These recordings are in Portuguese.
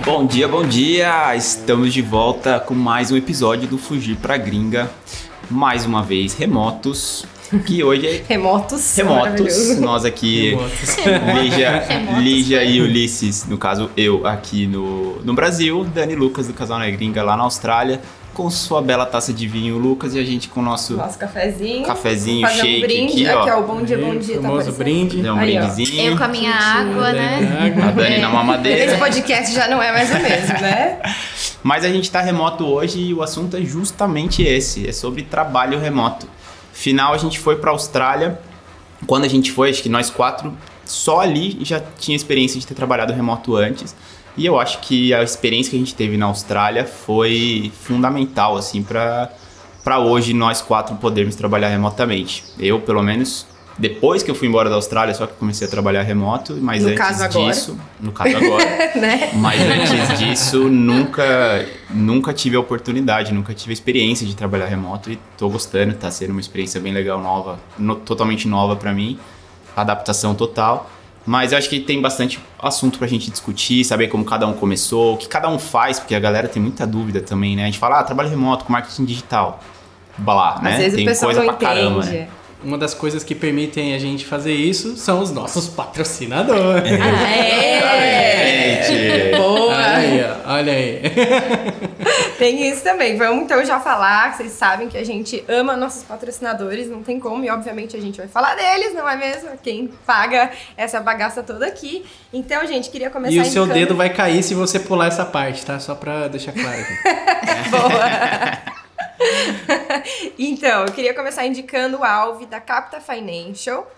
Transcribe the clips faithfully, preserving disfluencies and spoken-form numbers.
Bom dia, bom dia! Estamos de volta com mais um episódio do Fugir pra Gringa. Mais uma vez, remotos. Que hoje é... Remotos. Remotos. Nós aqui, Remotos. Lígia, Remotos. Lígia e Ulisses, no caso eu aqui no, no Brasil, Dani e Lucas do Casal na Gringa lá na Austrália, com sua bela taça de vinho, Lucas, e a gente com o nosso Nosso cafezinho. cafezinho, Fazer shake um brinde. aqui, ó. Aqui, ó, o bom dia, bom dia. O famoso tá brinde. Deu um Aí, ó. brindezinho. Eu com a minha água, né? A Dani na mamadeira. Esse podcast já não é mais o mesmo, né? Mas a gente tá remoto hoje e o assunto é justamente esse, é sobre trabalho remoto. Final, a gente foi pra Austrália. Quando a gente foi, acho que nós quatro, só ali já tinha experiência de ter trabalhado remoto antes. E eu acho que a experiência que a gente teve na Austrália foi fundamental, assim, pra, pra hoje nós quatro podermos trabalhar remotamente. Eu, pelo menos, depois que eu fui embora da Austrália, só que comecei a trabalhar remoto, mas No antes caso agora. disso... No caso agora. né? Mas antes disso, nunca, nunca tive a oportunidade, nunca tive a experiência de trabalhar remoto e tô gostando, tá sendo uma experiência bem legal, nova, no, totalmente nova pra mim, adaptação total. Mas eu acho que tem bastante assunto pra gente discutir, saber como cada um começou, o que cada um faz, porque a galera tem muita dúvida também, né? A gente fala, ah, trabalho remoto com marketing digital, blá, né? Às vezes tem o pessoal coisa não pra caramba, entende. né? Uma das coisas que permitem a gente fazer isso são os nossos patrocinadores. Aê! Gente! Boa! Olha aí, ó, olha aí. Tem isso também. Vamos então já falar, que vocês sabem que a gente ama nossos patrocinadores, não tem como, e obviamente a gente vai falar deles, não é mesmo? Quem paga essa bagaça toda aqui. Então, gente, queria começar E o seu indicando- dedo vai cair se você pular essa parte, tá? Só pra deixar claro aqui. Boa! Então, eu queria começar indicando o Alve da Capta Financial.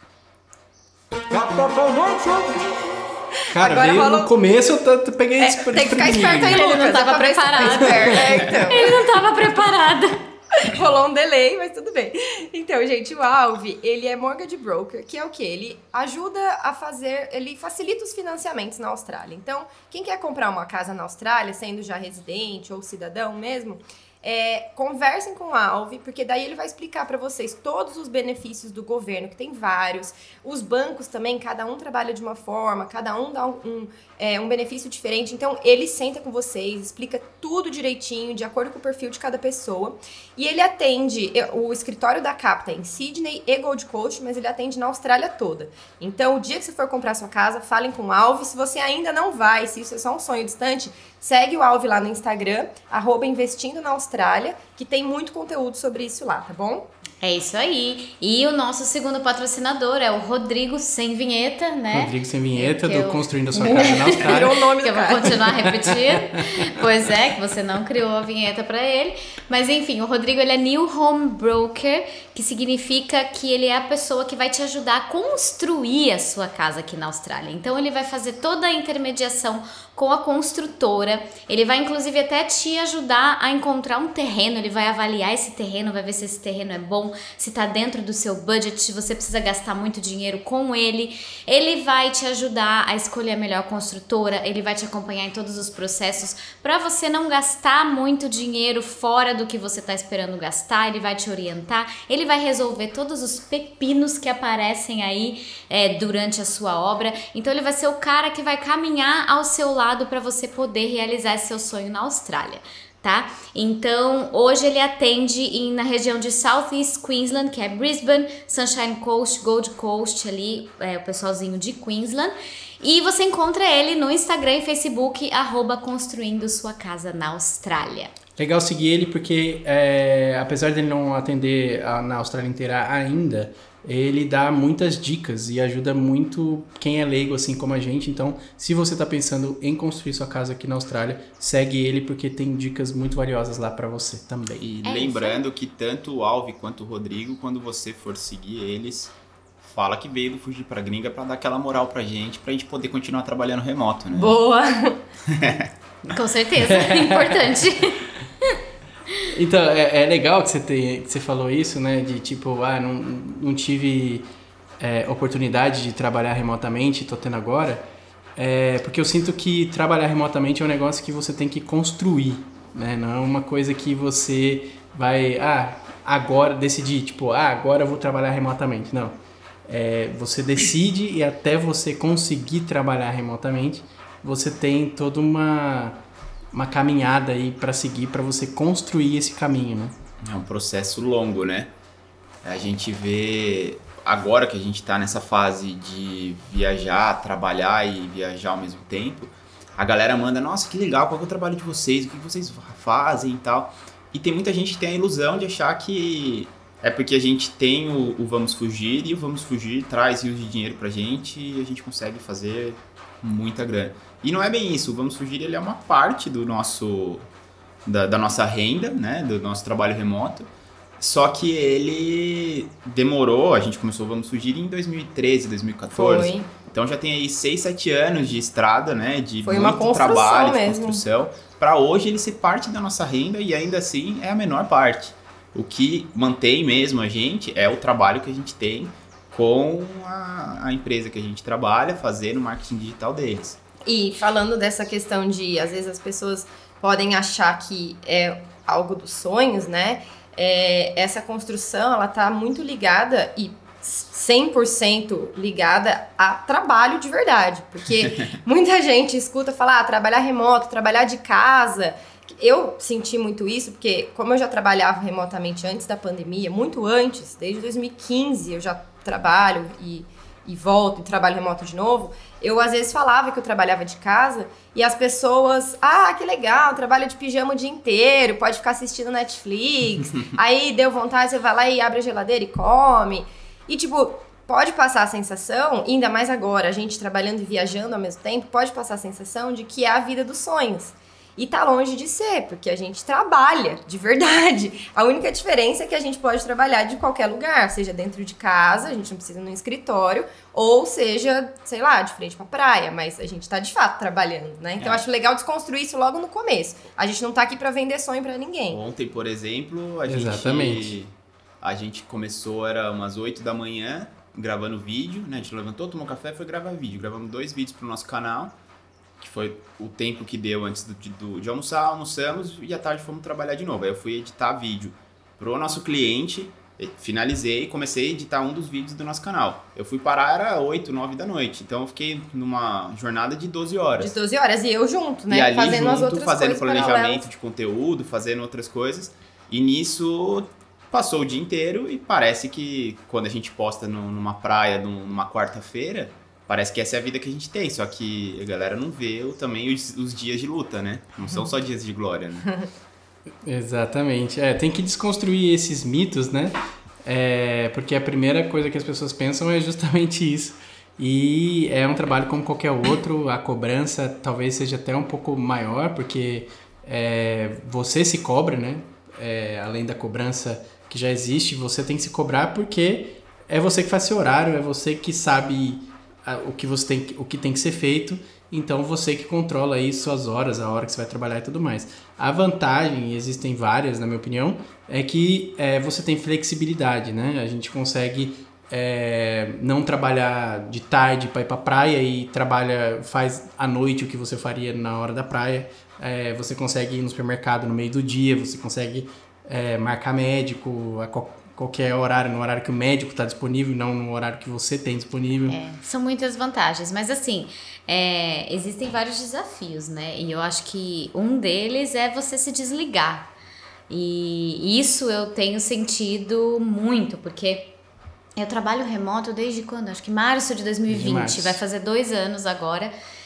Cara, Agora veio rola um- no começo, eu t- t- peguei É, despre- tem que ficar esperto aí, Ele não Lucas. tava é pra ver se tá preparado. esperto. É, então. Ele não tava preparado. Rolou um delay, mas tudo bem. Então, gente, o Alve, ele é mortgage broker, que é o quê? Ele ajuda a fazer, ele facilita os financiamentos na Austrália. Então, quem quer comprar uma casa na Austrália, sendo já residente ou cidadão mesmo, é, conversem com o Alve, porque daí ele vai explicar para vocês todos os benefícios do governo, que tem vários. Os bancos também, cada um trabalha de uma forma, cada um dá um, um, é, um benefício diferente. Então, ele senta com vocês, explica tudo direitinho, de acordo com o perfil de cada pessoa. E ele atende, o escritório da Capta é em Sydney e Gold Coast, mas ele atende na Austrália toda. Então, o dia que você for comprar sua casa, falem com o Alve. Se você ainda não vai, se isso é só um sonho distante, segue o Alve lá no Instagram, arroba investindo na Austrália, que tem muito conteúdo sobre isso lá, tá bom? É isso aí. E o nosso segundo patrocinador é o Rodrigo Sem Vinheta, né? Rodrigo Sem Vinheta, Que do eu- Construindo a Sua Casa na Austrália. Virou o nome Que do eu vou cara. continuar repetindo. Pois é, que você não criou a vinheta pra ele. Mas enfim, o Rodrigo, ele é New Home Broker, que significa que ele é a pessoa que vai te ajudar a construir a sua casa aqui na Austrália. Então ele vai fazer toda a intermediação com a construtora. Ele vai inclusive até te ajudar a encontrar um terreno, ele vai avaliar esse terreno, vai ver se esse terreno é bom, se tá dentro do seu budget, se você precisa gastar muito dinheiro com ele. Ele vai te ajudar a escolher a melhor construtora, ele vai te acompanhar em todos os processos para você não gastar muito dinheiro fora do que você tá esperando gastar. Ele vai te orientar, ele vai resolver todos os pepinos que aparecem aí é, durante a sua obra. Então ele vai ser o cara que vai caminhar ao seu lado para você poder realizar esse seu sonho na Austrália, tá? Então, hoje ele atende em, na região de South East Queensland, que é Brisbane, Sunshine Coast, Gold Coast, ali, é, o pessoalzinho de Queensland. E você encontra ele no Instagram e Facebook, arroba Construindo Sua Casa na Austrália. Legal seguir ele porque, é, apesar dele não atender a, na Austrália inteira ainda, ele dá muitas dicas e ajuda muito quem é leigo, assim como a gente. Então, se você está pensando em construir sua casa aqui na Austrália, segue ele porque tem dicas muito valiosas lá para você também. E É lembrando que tanto o Alve quanto o Rodrigo, quando você for seguir eles, fala que veio do Fugir pra Gringa pra dar aquela moral pra gente, pra gente poder continuar trabalhando remoto, né? Boa! Com certeza, importante. Então, é, é legal que você, tem, que você falou isso, né? De tipo, ah, não, não tive é, oportunidade de trabalhar remotamente, tô tendo agora. É, porque eu sinto que trabalhar remotamente é um negócio que você tem que construir, né? Não é uma coisa que você vai, ah, agora decidir, tipo, ah, agora eu vou trabalhar remotamente. Não. é, você decide e até você conseguir trabalhar remotamente, você tem toda uma, uma caminhada aí para seguir, para você construir esse caminho, né? É um processo longo, né? A gente vê, agora que a gente está nessa fase de viajar, trabalhar e viajar ao mesmo tempo, a galera manda, nossa, que legal, qual é o trabalho de vocês, o que vocês fazem e tal. E tem muita gente que tem a ilusão de achar que é porque a gente tem o, o Vamos Fugir e o Vamos Fugir traz rios de dinheiro pra gente e a gente consegue fazer muita grana. E não é bem isso, o Vamos Fugir ele é uma parte do nosso, da, da nossa renda, né, do nosso trabalho remoto. Só que ele demorou, a gente começou o Vamos Fugir em dois mil e treze, dois mil e quatorze. Foi. Então já tem aí seis, sete anos de estrada, né? De Foi muito uma trabalho, mesmo. de construção. Para hoje ele ser parte da nossa renda e ainda assim é a menor parte. O que mantém mesmo a gente é o trabalho que a gente tem com a, a empresa que a gente trabalha, fazendo o marketing digital deles. E falando dessa questão de, às vezes as pessoas podem achar que é algo dos sonhos, né? É, essa construção, ela tá muito ligada e cem por cento ligada a trabalho de verdade, porque muita gente escuta falar, ah, trabalhar remoto, trabalhar de casa. Eu senti muito isso, porque como eu já trabalhava remotamente antes da pandemia, muito antes, desde dois mil e quinze eu já trabalho e, e volto e trabalho remoto de novo, eu às vezes falava que eu trabalhava de casa e as pessoas, ah, que legal, trabalha de pijama o dia inteiro, pode ficar assistindo Netflix, aí deu vontade, você vai lá e abre a geladeira e come. E, tipo, pode passar a sensação, ainda mais agora, a gente trabalhando e viajando ao mesmo tempo, pode passar a sensação de que é a vida dos sonhos. E tá longe de ser, porque a gente trabalha, de verdade. A única diferença é que a gente pode trabalhar de qualquer lugar, seja dentro de casa, a gente não precisa ir num escritório, ou seja, sei lá, de frente pra praia, mas a gente tá de fato trabalhando, né? Então, é. acho legal desconstruir isso logo no começo. A gente não tá aqui pra vender sonho pra ninguém. Ontem, por exemplo, a Exatamente. gente... A gente começou, era umas oito da manhã, gravando vídeo, né? A gente levantou, tomou café e foi gravar vídeo. Gravamos dois vídeos pro nosso canal, que foi o tempo que deu antes do, do, de almoçar, almoçamos e à tarde fomos trabalhar de novo. Aí eu fui editar vídeo pro nosso cliente, finalizei e comecei a editar um dos vídeos do nosso canal. Eu fui parar, era oito, nove da noite, então eu fiquei numa jornada de doze horas. De doze horas, e eu junto, né? E ali fazendo junto, as outras fazendo coisas planejamento paralelas. de conteúdo, fazendo outras coisas, e nisso... Passou o dia inteiro e parece que quando a gente posta no, numa praia, numa quarta-feira, parece que essa é a vida que a gente tem. Só que a galera não vê o, também os, os dias de luta, né? Não são só dias de glória, né? Exatamente. É, tem que desconstruir esses mitos, né? É, porque a primeira coisa que as pessoas pensam é justamente isso. E é um trabalho como qualquer outro, a cobrança talvez seja até um pouco maior, porque é, você se cobra, né? É, além da cobrança que já existe, você tem que se cobrar porque é você que faz seu horário, é você que sabe a, o, que você tem, o que tem que ser feito, então você que controla aí suas horas, a hora que você vai trabalhar e tudo mais. A vantagem, e existem várias na minha opinião, é que é, você tem flexibilidade, né? A gente consegue é, não trabalhar de tarde para ir para praia e trabalha, faz à noite o que você faria na hora da praia. É, você consegue ir no supermercado no meio do dia, você consegue é, marcar médico a qual, qualquer horário, no horário que o médico está disponível, não no horário que você tem disponível. É, são muitas vantagens, mas assim, é, existem vários desafios, né? E eu acho que um deles é você se desligar. E isso eu tenho sentido muito, porque eu trabalho remoto desde quando? Acho que março de dois mil e vinte, vai fazer dois anos agora.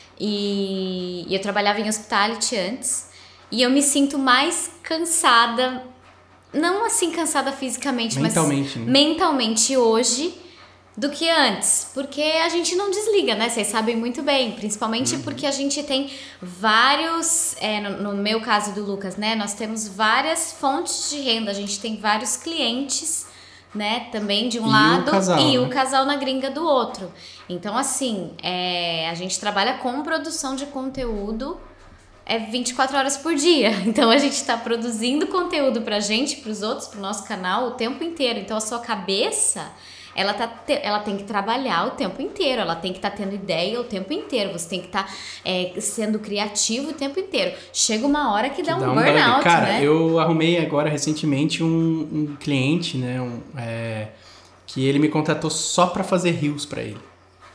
E eu trabalhava em hospitality antes e eu me sinto mais cansada, não assim cansada fisicamente, mentalmente, mas né? mentalmente hoje do que antes, porque a gente não desliga, né? Vocês sabem muito bem, principalmente uhum. porque a gente tem vários, é, no, no meu caso do Lucas, né? Nós temos várias fontes de renda, a gente tem vários clientes, né, também de um e lado o casal, e né? o casal na gringa do outro. Então, assim, é, a gente trabalha com produção de conteúdo é vinte e quatro horas por dia. Então, a gente está produzindo conteúdo pra gente, pros outros, pro nosso canal o tempo inteiro. Então, a sua cabeça, ela, tá te, ela tem que trabalhar o tempo inteiro. Ela tem que estar tá tendo ideia o tempo inteiro. Você tem que estar tá, é, sendo criativo o tempo inteiro. Chega uma hora que, que dá um, dá um burnout, Cara, né? eu arrumei agora recentemente um, um cliente, né? Um, é, que ele me contratou só pra fazer reels pra ele.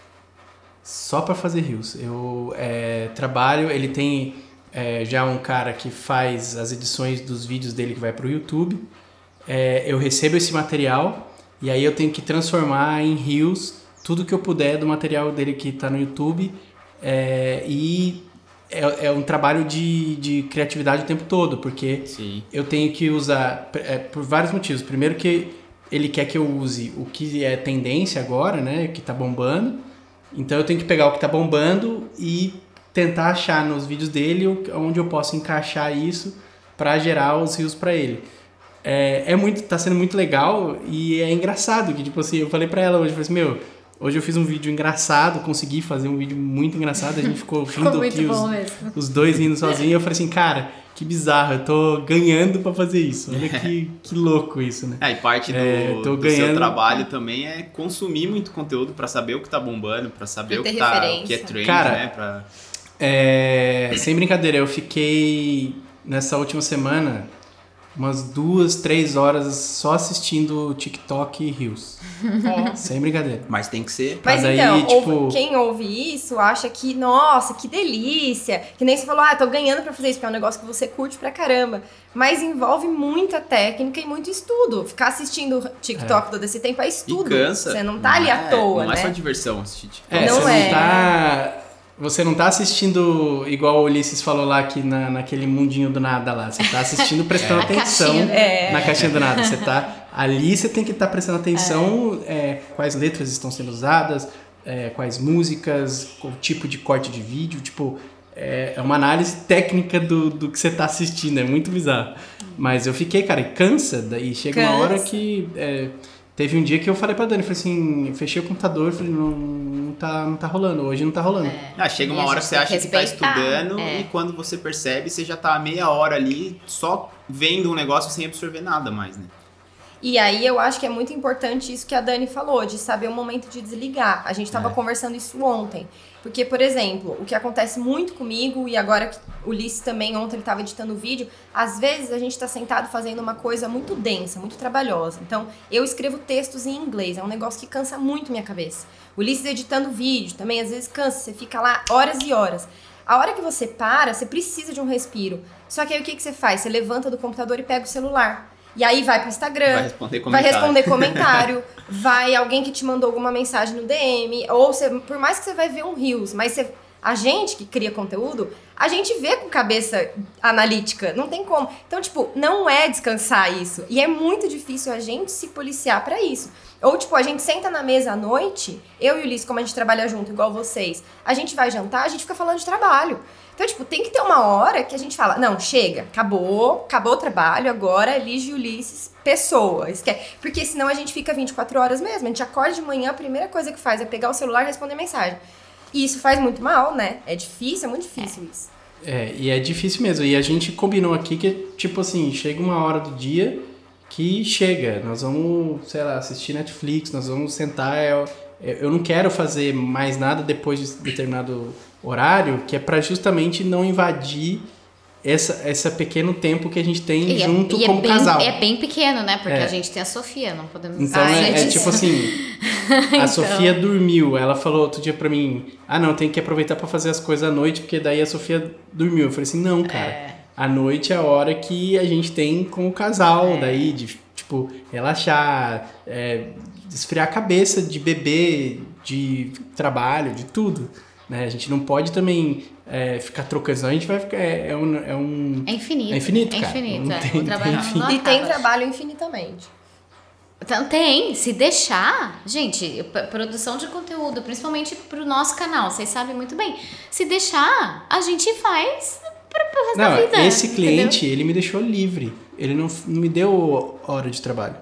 Só pra fazer reels. Eu é, trabalho, ele tem é, já um cara que faz as edições dos vídeos dele que vai pro YouTube. É, eu recebo esse material e aí eu tenho que transformar em reels tudo que eu puder do material dele que tá no YouTube. É, e é, é um trabalho de, de criatividade o tempo todo, porque Sim. eu tenho que usar é, por vários motivos. Primeiro que ele quer que eu use o que é tendência agora, né, que tá bombando. Então eu tenho que pegar o que tá bombando e tentar achar nos vídeos dele onde eu posso encaixar isso para gerar os reels para ele. É, é muito, tá sendo muito legal e é engraçado que, tipo assim, eu falei pra ela hoje, eu falei assim, meu, hoje eu fiz um vídeo engraçado, consegui fazer um vídeo muito engraçado, a gente ficou rindo aqui, os, os dois rindo sozinhos, e eu falei assim, cara, que bizarro, eu tô ganhando pra fazer isso, olha que, que louco isso, né? É, e parte do, é, do ganhando... seu trabalho também é consumir muito conteúdo pra saber o que tá bombando, pra saber o que, tá, o que é trend, cara, né? Pra... É, sem brincadeira, eu fiquei nessa última semana umas duas, três horas só assistindo TikTok e Reels. É. Sem brincadeira. Mas tem que ser. Mas daí, então, tipo... ouve, quem ouve isso acha que, nossa, que delícia. Que nem você falou, ah, tô ganhando pra fazer isso, porque é um negócio que você curte pra caramba. Mas envolve muita técnica e muito estudo. Ficar assistindo TikTok é. todo esse tempo é estudo. E cansa. Você não tá ali à toa, não né? Não é só diversão assistir TikTok. É, não você é. não tá... Você não tá assistindo, igual o Ulisses falou lá, aqui na, naquele mundinho do nada lá. Você tá assistindo prestando é. atenção caixinha. É. na caixinha do nada. Você tá ali, você tem que estar tá prestando atenção é. É, quais letras estão sendo usadas, é, quais músicas, o tipo de corte de vídeo. Tipo, é, é uma análise técnica do, do que você tá assistindo. É muito bizarro. Mas eu fiquei, cara, e cansa. Daí chega cansa. uma hora que... É, teve um dia que eu falei pra Dani, falei assim, fechei o computador, falei, não, não, tá, não tá rolando, hoje não tá rolando. É. Ah, chega uma hora que você acha que tá estudando é. e quando você percebe, você já tá meia hora ali só vendo um negócio sem absorver nada mais, né? E aí eu acho que é muito importante isso que a Dani falou, de saber o momento de desligar. A gente estava é. conversando isso ontem. Porque, por exemplo, o que acontece muito comigo, e agora que o Ulisses também, ontem ele estava editando o vídeo, às vezes a gente está sentado fazendo uma coisa muito densa, muito trabalhosa. Então, eu escrevo textos em inglês, é um negócio que cansa muito minha cabeça. O Ulisses editando vídeo também, às vezes cansa, você fica lá horas e horas. A hora que você para, você precisa de um respiro. Só que aí o que, que você faz? Você levanta do computador e pega o celular. E aí vai pro Instagram, vai responder comentário, vai, responder comentário, vai alguém que te mandou alguma mensagem no D M, ou você, por mais que você vai ver um Reels, mas você, a gente que cria conteúdo, a gente vê com cabeça analítica, não tem como. Então, tipo, não é descansar isso. E é muito difícil a gente se policiar pra isso. Ou, tipo, a gente senta na mesa à noite, eu e o Ulisses, como a gente trabalha junto, igual vocês, a gente vai jantar, a gente fica falando de trabalho. Então, tipo, tem que ter uma hora que a gente fala, não, chega, acabou, acabou o trabalho, agora elige Ulisses pessoa. Esquece. Porque senão a gente fica vinte e quatro horas mesmo. A gente acorda de manhã, a primeira coisa que faz é pegar o celular e responder mensagem. E isso faz muito mal, né? É difícil, é muito difícil é. isso. É, e é difícil mesmo. E a gente combinou aqui que, tipo assim, chega uma hora do dia que chega. Nós vamos, sei lá, assistir Netflix, nós vamos sentar. Eu, eu não quero fazer mais nada depois de determinado horário, que é para justamente não invadir essa, esse pequeno tempo que a gente tem e junto é, como é bem, casal. É bem pequeno, né? Porque é. a gente tem a Sofia, não podemos... Então ah, é, é tipo assim, a então... Sofia dormiu, ela falou outro dia pra mim, ah não, tem que aproveitar pra fazer as coisas à noite, porque daí a Sofia dormiu. Eu falei assim, não, cara, é. a noite é a hora que a gente tem com o casal, é. daí de, tipo, relaxar, é, esfriar a cabeça de beber, de trabalho, de tudo. Né? A gente não pode também é, ficar trocando, senão a gente vai ficar. É, é, um, é um. É infinito. É infinito, cara. É infinito. Não é. tem, o trabalho tem não e tem trabalho infinitamente. Então, tem. Se deixar. Gente, produção de conteúdo, principalmente pro nosso canal, vocês sabem muito bem. Se deixar, a gente faz pro, pro resto não, da vida. Esse cliente, entendeu? ele me deixou livre. Ele não, não me deu hora de trabalho.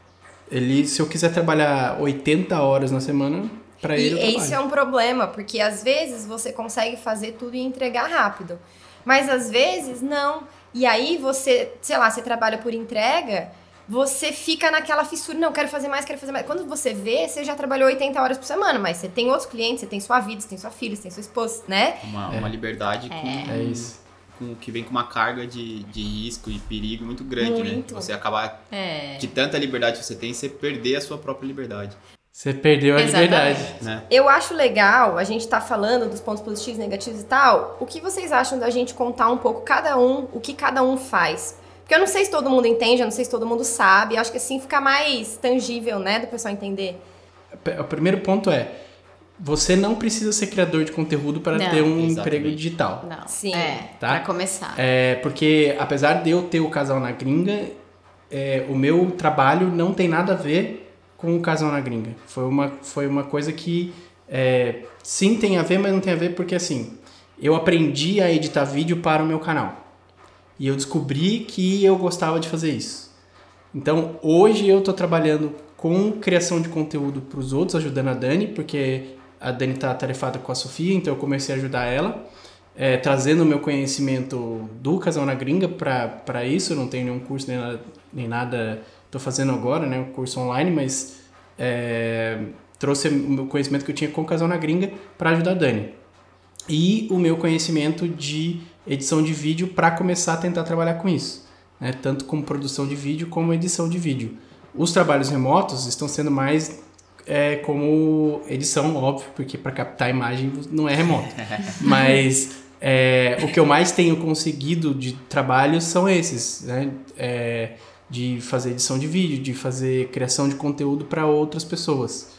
Ele, se eu quiser trabalhar oitenta horas na semana. Pra ele, e isso é um problema, porque às vezes você consegue fazer tudo e entregar rápido. Mas às vezes não. E aí você, sei lá, você trabalha por entrega, você fica naquela fissura, não, quero fazer mais, quero fazer mais. Quando você vê, você já trabalhou oitenta horas por semana, mas você tem outros clientes, você tem sua vida, você tem sua filha, você tem sua esposa, né? Uma, é. uma liberdade é. com, é isso. com, que vem com uma carga de, de risco e perigo muito grande, Muito. né? Você acabar, É. de tanta liberdade que você tem, você perder a sua própria liberdade. Você perdeu a Exatamente. liberdade. Né? Eu acho legal, a gente tá falando dos pontos positivos, negativos e tal. O que vocês acham da gente contar um pouco cada um, o que cada um faz? Porque eu não sei se todo mundo entende, eu não sei se todo mundo sabe. Eu acho que assim fica mais tangível, né, do pessoal entender. O primeiro ponto é, você não precisa ser criador de conteúdo para Não. ter um Exatamente. emprego digital. Não. Sim. É, Tá? pra começar. É, porque apesar de eu ter o Casal na Gringa, é, o meu trabalho não tem nada a ver com o Casal na Gringa. Foi uma, foi uma coisa que é, sim tem a ver, mas não tem a ver porque assim, eu aprendi a editar vídeo para o meu canal. E eu descobri que eu gostava de fazer isso. Então hoje eu tô trabalhando com criação de conteúdo para os outros, ajudando a Dani, porque a Dani tá atarefada com a Sofia, então eu comecei a ajudar ela. É, trazendo o meu conhecimento do Casal na Gringa para isso. Eu não tenho nenhum curso nem nada, nem nada tô fazendo agora, né, um curso online, mas é, trouxe o meu conhecimento que eu tinha com o Casal na Gringa para ajudar a Dani. E o meu conhecimento de edição de vídeo para começar a tentar trabalhar com isso, né, tanto como produção de vídeo como edição de vídeo. Os trabalhos remotos estão sendo mais é, como edição, óbvio, porque para captar a imagem não é remoto, mas é, o que eu mais tenho conseguido de trabalho são esses, né? É, de fazer edição de vídeo, de fazer criação de conteúdo para outras pessoas.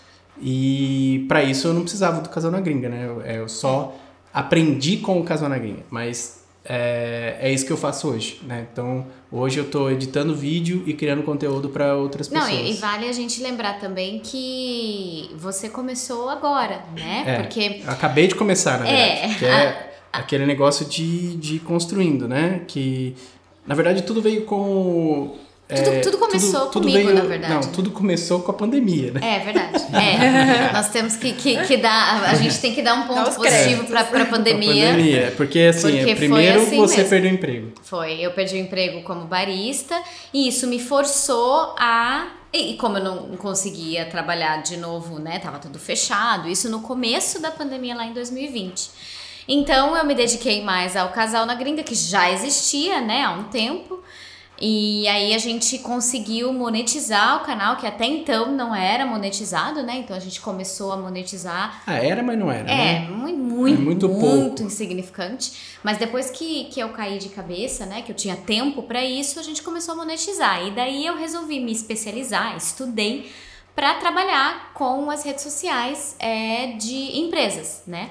E para isso eu não precisava do Casal na Gringa, né? Eu, eu só aprendi com o Casal na Gringa, mas é, é isso que eu faço hoje, né? Então hoje eu estou editando vídeo e criando conteúdo para outras Não, pessoas. e, e vale a gente lembrar também que você começou agora, né? É, Porque eu acabei de começar, na É, verdade. Que é aquele negócio de, de ir construindo, né? Que, na verdade, tudo veio com... Tudo- é, tudo começou comigo, na verdade, Não, né? tudo começou com a pandemia, né? é verdade. É, nós temos que, que, que dar. A gente tem que dar um ponto Dá os positivo créditos. para a Com a pandemia. pandemia. Porque, assim, Porque é, foi primeiro assim você mesmo. perdeu o emprego. Foi, eu perdi o emprego como barista e isso me forçou a... E como eu não conseguia trabalhar de novo, né, tava tudo fechado, isso no começo da pandemia lá em dois mil e vinte. Então eu me dediquei mais ao Casal na Gringa, que já existia, né, há um tempo. E aí a gente conseguiu monetizar o canal, que até então não era monetizado, né? Então a gente começou a monetizar. Ah, era, mas não era, É, né? muito, muito, É muito muito, pouco. insignificante. Mas depois que, que eu caí de cabeça, né, que eu tinha tempo pra isso, a gente começou a monetizar. E daí eu resolvi me especializar, estudei para trabalhar com as redes sociais é, de empresas, né?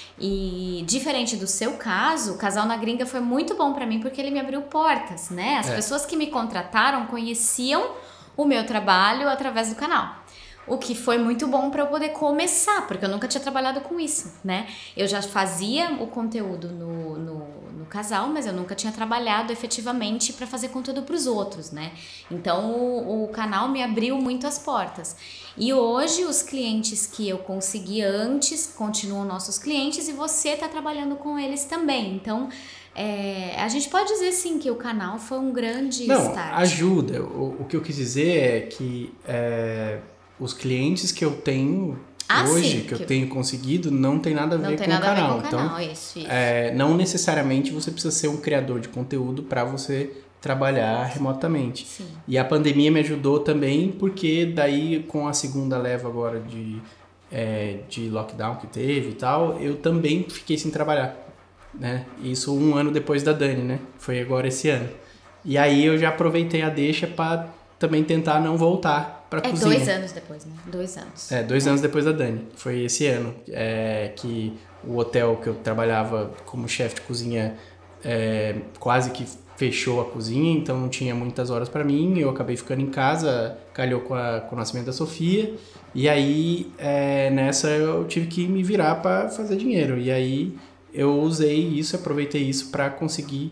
E diferente do seu caso, o Casal na Gringa foi muito bom pra mim porque ele me abriu portas, né? As É. pessoas que me contrataram conheciam o meu trabalho através do canal. O que foi muito bom para eu poder começar, porque eu nunca tinha trabalhado com isso, né? Eu já fazia o conteúdo no, no, no Casal, mas eu nunca tinha trabalhado efetivamente para fazer conteúdo para os outros, né? Então o, o canal me abriu muito as portas. E hoje os clientes que eu consegui antes continuam nossos clientes e você está trabalhando com eles também. Então é, a gente pode dizer sim que o canal foi um grande Não, start. ajuda. O, o que eu quis dizer é que é, os clientes que eu tenho Ah, hoje, sim, que eu que- tenho conseguido, não tem nada a ver Não com tem o nada a ver canal. com o Então, canal, isso, isso. É, não necessariamente você precisa ser um criador de conteúdo para você trabalhar remotamente. Sim. E a pandemia me ajudou também, porque daí com a segunda leva agora de, é, de lockdown que teve e tal, eu também fiquei sem trabalhar, né? Isso um ano depois da Dani, né? Foi agora esse ano. E aí eu já aproveitei a deixa para também tentar não voltar para É cozinha. dois anos depois, né? Dois anos. É, dois anos depois da Dani. Foi esse ano é, que o hotel que eu trabalhava como chefe de cozinha é, quase que fechou a cozinha, então não tinha muitas horas para mim. Eu acabei ficando em casa, calhou com, a, com o nascimento da Sofia. E aí, é, nessa, eu tive que me virar para fazer dinheiro. E aí, eu usei isso, aproveitei isso para conseguir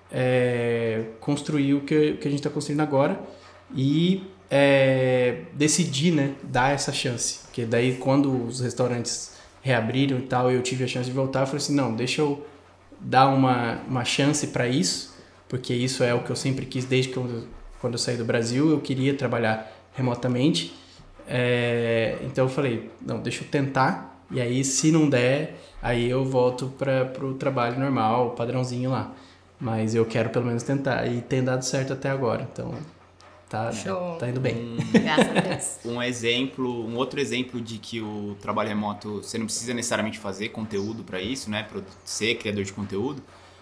é, construir o que, que a gente está construindo agora. E é, decidi, né, dar essa chance. Porque daí, quando os restaurantes reabriram e tal, eu tive a chance de voltar, eu falei assim, não, deixa eu dar uma, uma chance para isso, porque isso é o que eu sempre quis desde que eu, quando eu saí do Brasil, eu queria trabalhar remotamente. É, então eu falei, não, deixa eu tentar, e aí se não der, aí eu volto para o trabalho normal, padrãozinho lá. Mas eu quero pelo menos tentar. E tem dado certo até agora. Então, tá, tá indo bem. Um, Graças a Deus. um exemplo, um outro exemplo de que o trabalho remoto, você não precisa necessariamente fazer conteúdo para isso, né? Para ser criador de conteúdo.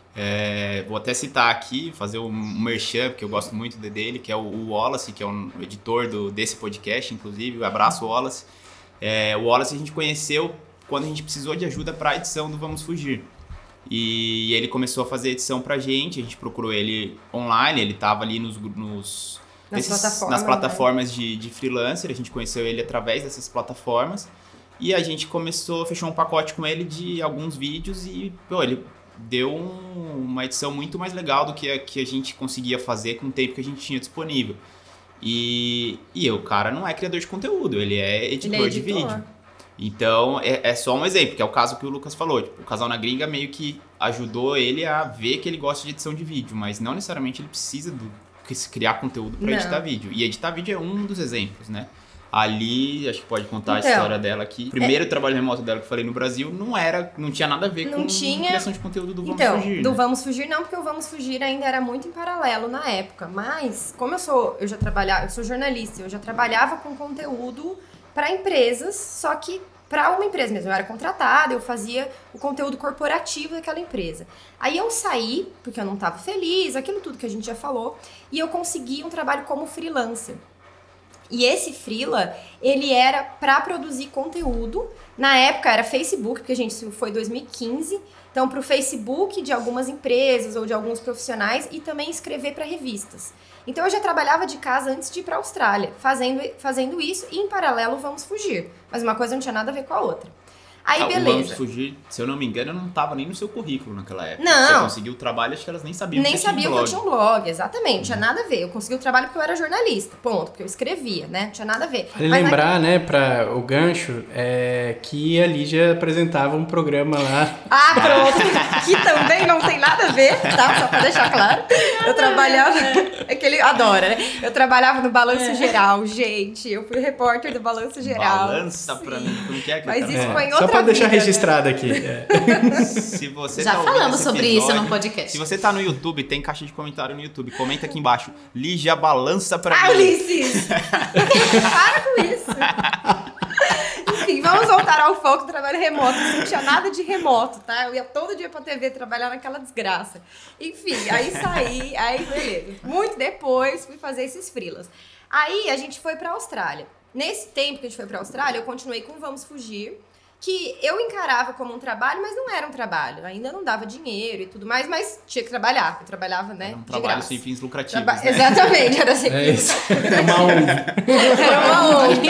É, vou até citar aqui, fazer um merchan, porque eu gosto muito dele, que é o Wallace, que é um editor do, desse podcast, inclusive. Abraço, Wallace. É, o Wallace a gente conheceu quando a gente precisou de ajuda para a edição do Vamos Fugir. E ele começou a fazer edição pra gente, a gente procurou ele online, ele tava ali nos, nos, nas esses, plataformas, nas plataformas né? de, de freelancer, a gente conheceu ele através dessas plataformas e a gente começou, fechou um pacote com ele de alguns vídeos e pô, ele deu um, uma edição muito mais legal do que a, que a gente conseguia fazer com o tempo que a gente tinha disponível. E, e o cara não é criador de conteúdo, ele é editor, ele é editor. de vídeo. Então, é, é só um exemplo, que é o caso que o Lucas falou. Tipo, o Casal na Gringa meio que ajudou ele a ver que ele gosta de edição de vídeo, mas não necessariamente ele precisa do, criar conteúdo para editar vídeo. E editar vídeo é um dos exemplos, né? Ali, acho que pode contar então, a história dela aqui. O primeiro é, trabalho remoto dela que eu falei no Brasil não era, não tinha nada a ver não com tinha, criação de conteúdo do Vamos então, Fugir. Então, do né? Vamos Fugir não, porque o Vamos Fugir ainda era muito em paralelo na época. Mas, como eu sou, eu já trabalhava, eu sou jornalista, eu já trabalhava com conteúdo para empresas, só que para uma empresa mesmo, eu era contratada, eu fazia o conteúdo corporativo daquela empresa. Aí eu saí, porque eu não estava feliz, aquilo tudo que a gente já falou, e eu consegui um trabalho como freelancer. E esse freela, ele era para produzir conteúdo. Na época era Facebook, porque a gente isso foi dois mil e quinze. Então, para o Facebook de algumas empresas ou de alguns profissionais e também escrever para revistas. Então, eu já trabalhava de casa antes de ir para a Austrália, fazendo, fazendo isso e, em paralelo, Vamos Fugir. Mas uma coisa não tinha nada a ver com a outra. Aí, ah, beleza. O Vamos Fugir, se eu não me engano, não estava nem no seu currículo naquela época. Não. Você conseguiu o trabalho, acho que elas nem sabiam nem que você tinha um sabiam blog. que eu tinha um blog, exatamente. Não tinha nada a ver. Eu consegui o trabalho porque eu era jornalista, ponto. Porque eu escrevia, né? Não tinha nada a ver. Vale Mas lembrar, naquele... né, para o gancho, é, que a Lígia apresentava um programa lá. Ah, pronto. Que também não tem nada a ver, tá? Só pra deixar claro. Eu trabalhava... É que ele adora, né? Eu trabalhava no Balanço é. Geral, gente. Eu fui repórter do Balanço Geral. Balança pra mim, como que é que Mas isso é. foi em outra Só pra deixar vida, registrado né? aqui. É. Se você Já tá falamos sobre episódio, isso no podcast. Se você tá no YouTube, tem caixa de comentário no YouTube. Comenta aqui embaixo. Lígia, balança pra ah, mim. Ulisses! Para com isso! Enfim, vamos voltar ao foco do trabalho remoto. Não tinha nada de remoto, tá? Eu ia todo dia pra T V trabalhar naquela desgraça. Enfim, aí saí, aí beleza. Muito depois fui fazer esses freelas. Aí a gente foi pra Austrália. Nesse tempo que a gente foi pra Austrália, eu continuei com Vamos Fugir, que eu encarava como um trabalho, mas não era um trabalho. Ainda não dava dinheiro e tudo mais, mas tinha que trabalhar. Eu trabalhava, né, era um de trabalho graça. sem fins lucrativos, Traba- né? Exatamente, era sem É fins isso. É uma ONG. Era uma ONG.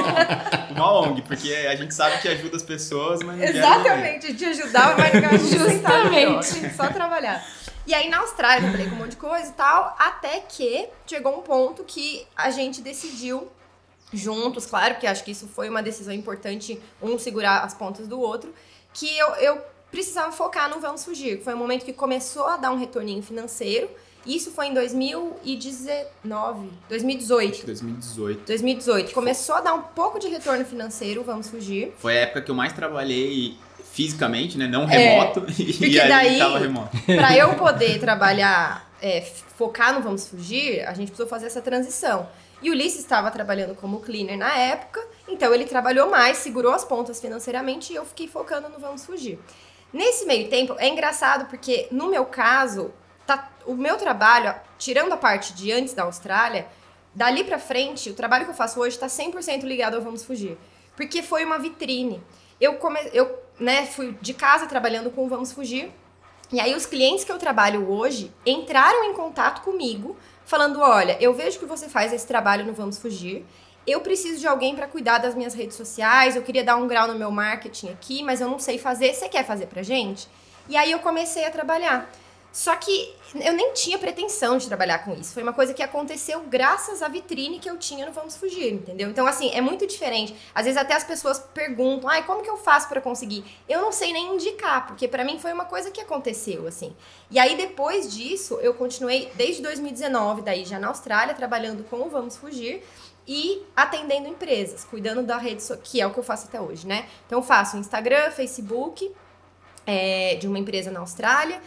Uma ONG, porque a gente sabe que ajuda as pessoas, mas não ganha Exatamente, a gente ajudava, mas não ganhava Justamente. só trabalhar. E aí na Austrália, eu trabalhei com um monte de coisa e tal, até que chegou um ponto que a gente decidiu juntos, claro, porque acho que isso foi uma decisão importante, um segurar as pontas do outro, que eu, eu precisava focar no Vamos Fugir. Foi um momento que começou a dar um retorninho financeiro. Isso foi em dois mil e dezenove, dois mil e dezoito. dois mil e dezoito. dois mil e dezoito. Começou a dar um pouco de retorno financeiro, Vamos Fugir. Foi a época que eu mais trabalhei fisicamente, né? Não remoto. É, e aí daí, tava remoto. Pra eu poder trabalhar, é, focar no Vamos Fugir, a gente precisou fazer essa transição. E o Ulisses estava trabalhando como cleaner na época, então ele trabalhou mais, segurou as pontas financeiramente e eu fiquei focando no Vamos Fugir. Nesse meio tempo, é engraçado porque, no meu caso, tá, o meu trabalho, tirando a parte de antes da Austrália, dali pra frente, o trabalho que eu faço hoje está cem por cento ligado ao Vamos Fugir. Porque foi uma vitrine. Eu, come, eu né, fui de casa trabalhando com o Vamos Fugir, e aí os clientes que eu trabalho hoje entraram em contato comigo, falando, olha, eu vejo que você faz esse trabalho no Vamos Fugir, eu preciso de alguém para cuidar das minhas redes sociais, eu queria dar um grau no meu marketing aqui, mas eu não sei fazer, você quer fazer pra gente? E aí eu comecei a trabalhar. Só que eu nem tinha pretensão de trabalhar com isso. Foi uma coisa que aconteceu graças à vitrine que eu tinha no Vamos Fugir, entendeu? Então, assim, é muito diferente. Às vezes até as pessoas perguntam, ai, como que eu faço pra conseguir? Eu não sei nem indicar, porque pra mim foi uma coisa que aconteceu, assim. E aí, depois disso, eu continuei desde dois mil e dezenove, daí já na Austrália, trabalhando com o Vamos Fugir e atendendo empresas, cuidando da rede social, que é o que eu faço até hoje, né? Então, eu faço Instagram, Facebook, é, de uma empresa na Austrália,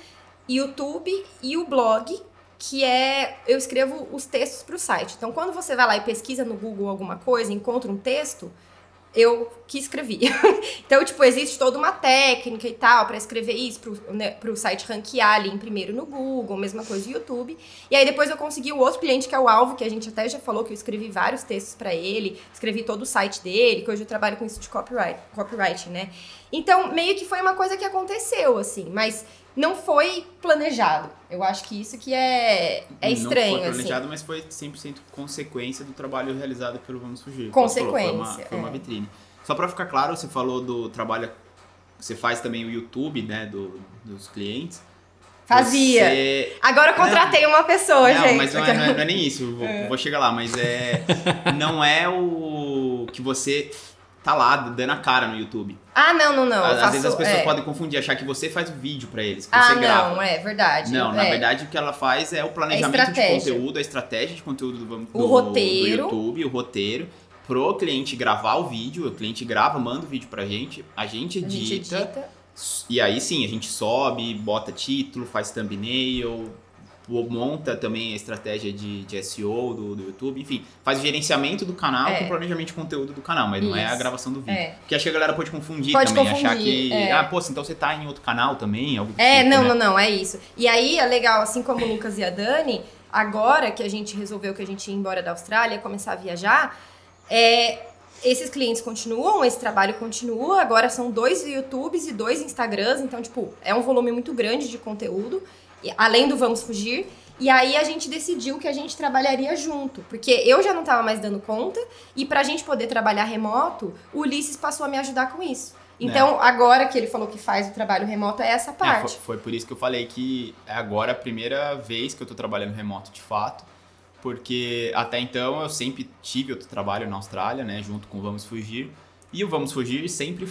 YouTube e o blog, que é... Eu escrevo os textos para o site. Então, quando você vai lá e pesquisa no Google alguma coisa, encontra um texto, eu que escrevi. Então, tipo, existe toda uma técnica e tal para escrever isso, pro, né, pro site ranquear ali em primeiro no Google, mesma coisa no YouTube. E aí depois eu consegui o outro cliente, que é o Alvo, que a gente até já falou que eu escrevi vários textos para ele, escrevi todo o site dele, que hoje eu trabalho com isso de copyright, copywriting, né? Então, meio que foi uma coisa que aconteceu, assim, mas não foi planejado. Eu acho que isso que é, é estranho, não foi planejado, assim. mas foi cem por cento consequência do trabalho realizado pelo Vamos Fugir. Consequência, Falou, foi uma, foi uma é. vitrine. Só pra ficar claro, você falou do trabalho... Você faz também o YouTube, né, do, dos clientes. Fazia. Você... Agora eu contratei não, uma pessoa, não, gente. mas não é, não, é, não é nem isso, vou, é. vou chegar lá. Mas é, não é o que você tá lá dando a cara no YouTube. Ah, não, não, não. Às faço, vezes as pessoas é. podem confundir, achar que você faz o vídeo pra eles, que ah, você não, grava. Não, é verdade. Não, é. na verdade o que ela faz é o planejamento de conteúdo, a estratégia de conteúdo do, do, o roteiro. do YouTube, o roteiro, pro cliente gravar o vídeo, o cliente grava, manda o vídeo pra gente, a gente edita, a gente edita. E aí sim, a gente sobe, bota título, faz thumbnail, monta também a estratégia de, de S E O do, do YouTube, enfim, faz o gerenciamento do canal é. com o planejamento de conteúdo do canal, mas Isso. não é a gravação do vídeo. É. Porque acho que a galera pode confundir pode também, confundir, achar que, é. ah, pô, então você tá em outro canal também? Algo é, tipo, não, né? não, não, é isso. E aí é legal, assim como o Lucas e a Dani, agora que a gente resolveu que a gente ia embora da Austrália, começar a viajar, é... Esses clientes continuam, esse trabalho continua, agora são dois YouTubes e dois Instagrams, então, tipo, é um volume muito grande de conteúdo, além do Vamos Fugir, e aí a gente decidiu que a gente trabalharia junto, porque eu já não estava mais dando conta, e pra gente poder trabalhar remoto, o Ulisses passou a me ajudar com isso. Então, é. agora que ele falou que faz o trabalho remoto, é essa parte. É, foi, foi por isso que eu falei que é agora a primeira vez que eu tô trabalhando remoto de fato, porque até então eu sempre tive outro trabalho na Austrália, né, junto com o Vamos Fugir, e o Vamos Fugir sempre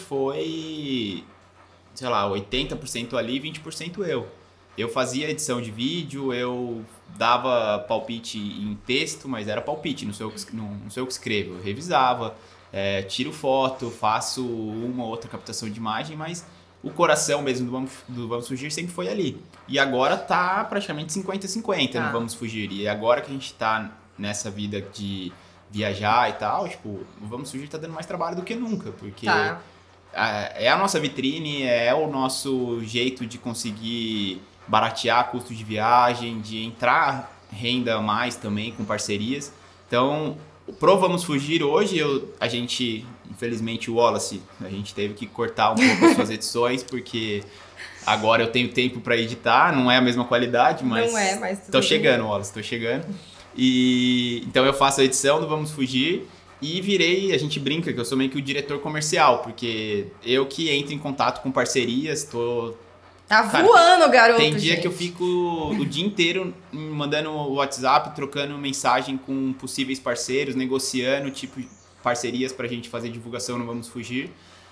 foi, sei lá, oitenta por cento ali e vinte por cento eu. Eu fazia edição de vídeo, eu dava palpite em texto, mas era palpite, não sou eu que, não, não sou eu que escrevo, eu revisava, é, tiro foto, faço uma ou outra captação de imagem, mas o coração mesmo do Vamos, do Vamos Fugir sempre foi ali. E agora tá praticamente cinquenta a cinquenta tá. no Vamos Fugir. E agora que a gente tá nessa vida de viajar e tal, tipo, o Vamos Fugir tá dando mais trabalho do que nunca. Porque tá. é a nossa vitrine, é o nosso jeito de conseguir baratear custo de viagem, de entrar renda a mais também com parcerias. Então, pro Vamos Fugir hoje, eu, a gente, infelizmente o Wallace, a gente teve que cortar um pouco as suas edições, porque agora eu tenho tempo para editar, não é a mesma qualidade, mas... Não é, mas... Tô chegando, Wallace, tô chegando. E então eu faço a edição do Vamos Fugir e virei, a gente brinca que eu sou meio que o diretor comercial, porque eu que entro em contato com parcerias, tô... Tá voando, garoto, Tem dia gente. que eu fico o dia inteiro mandando WhatsApp, trocando mensagem com possíveis parceiros, negociando tipo parcerias pra gente fazer divulgação no Vamos Fugir,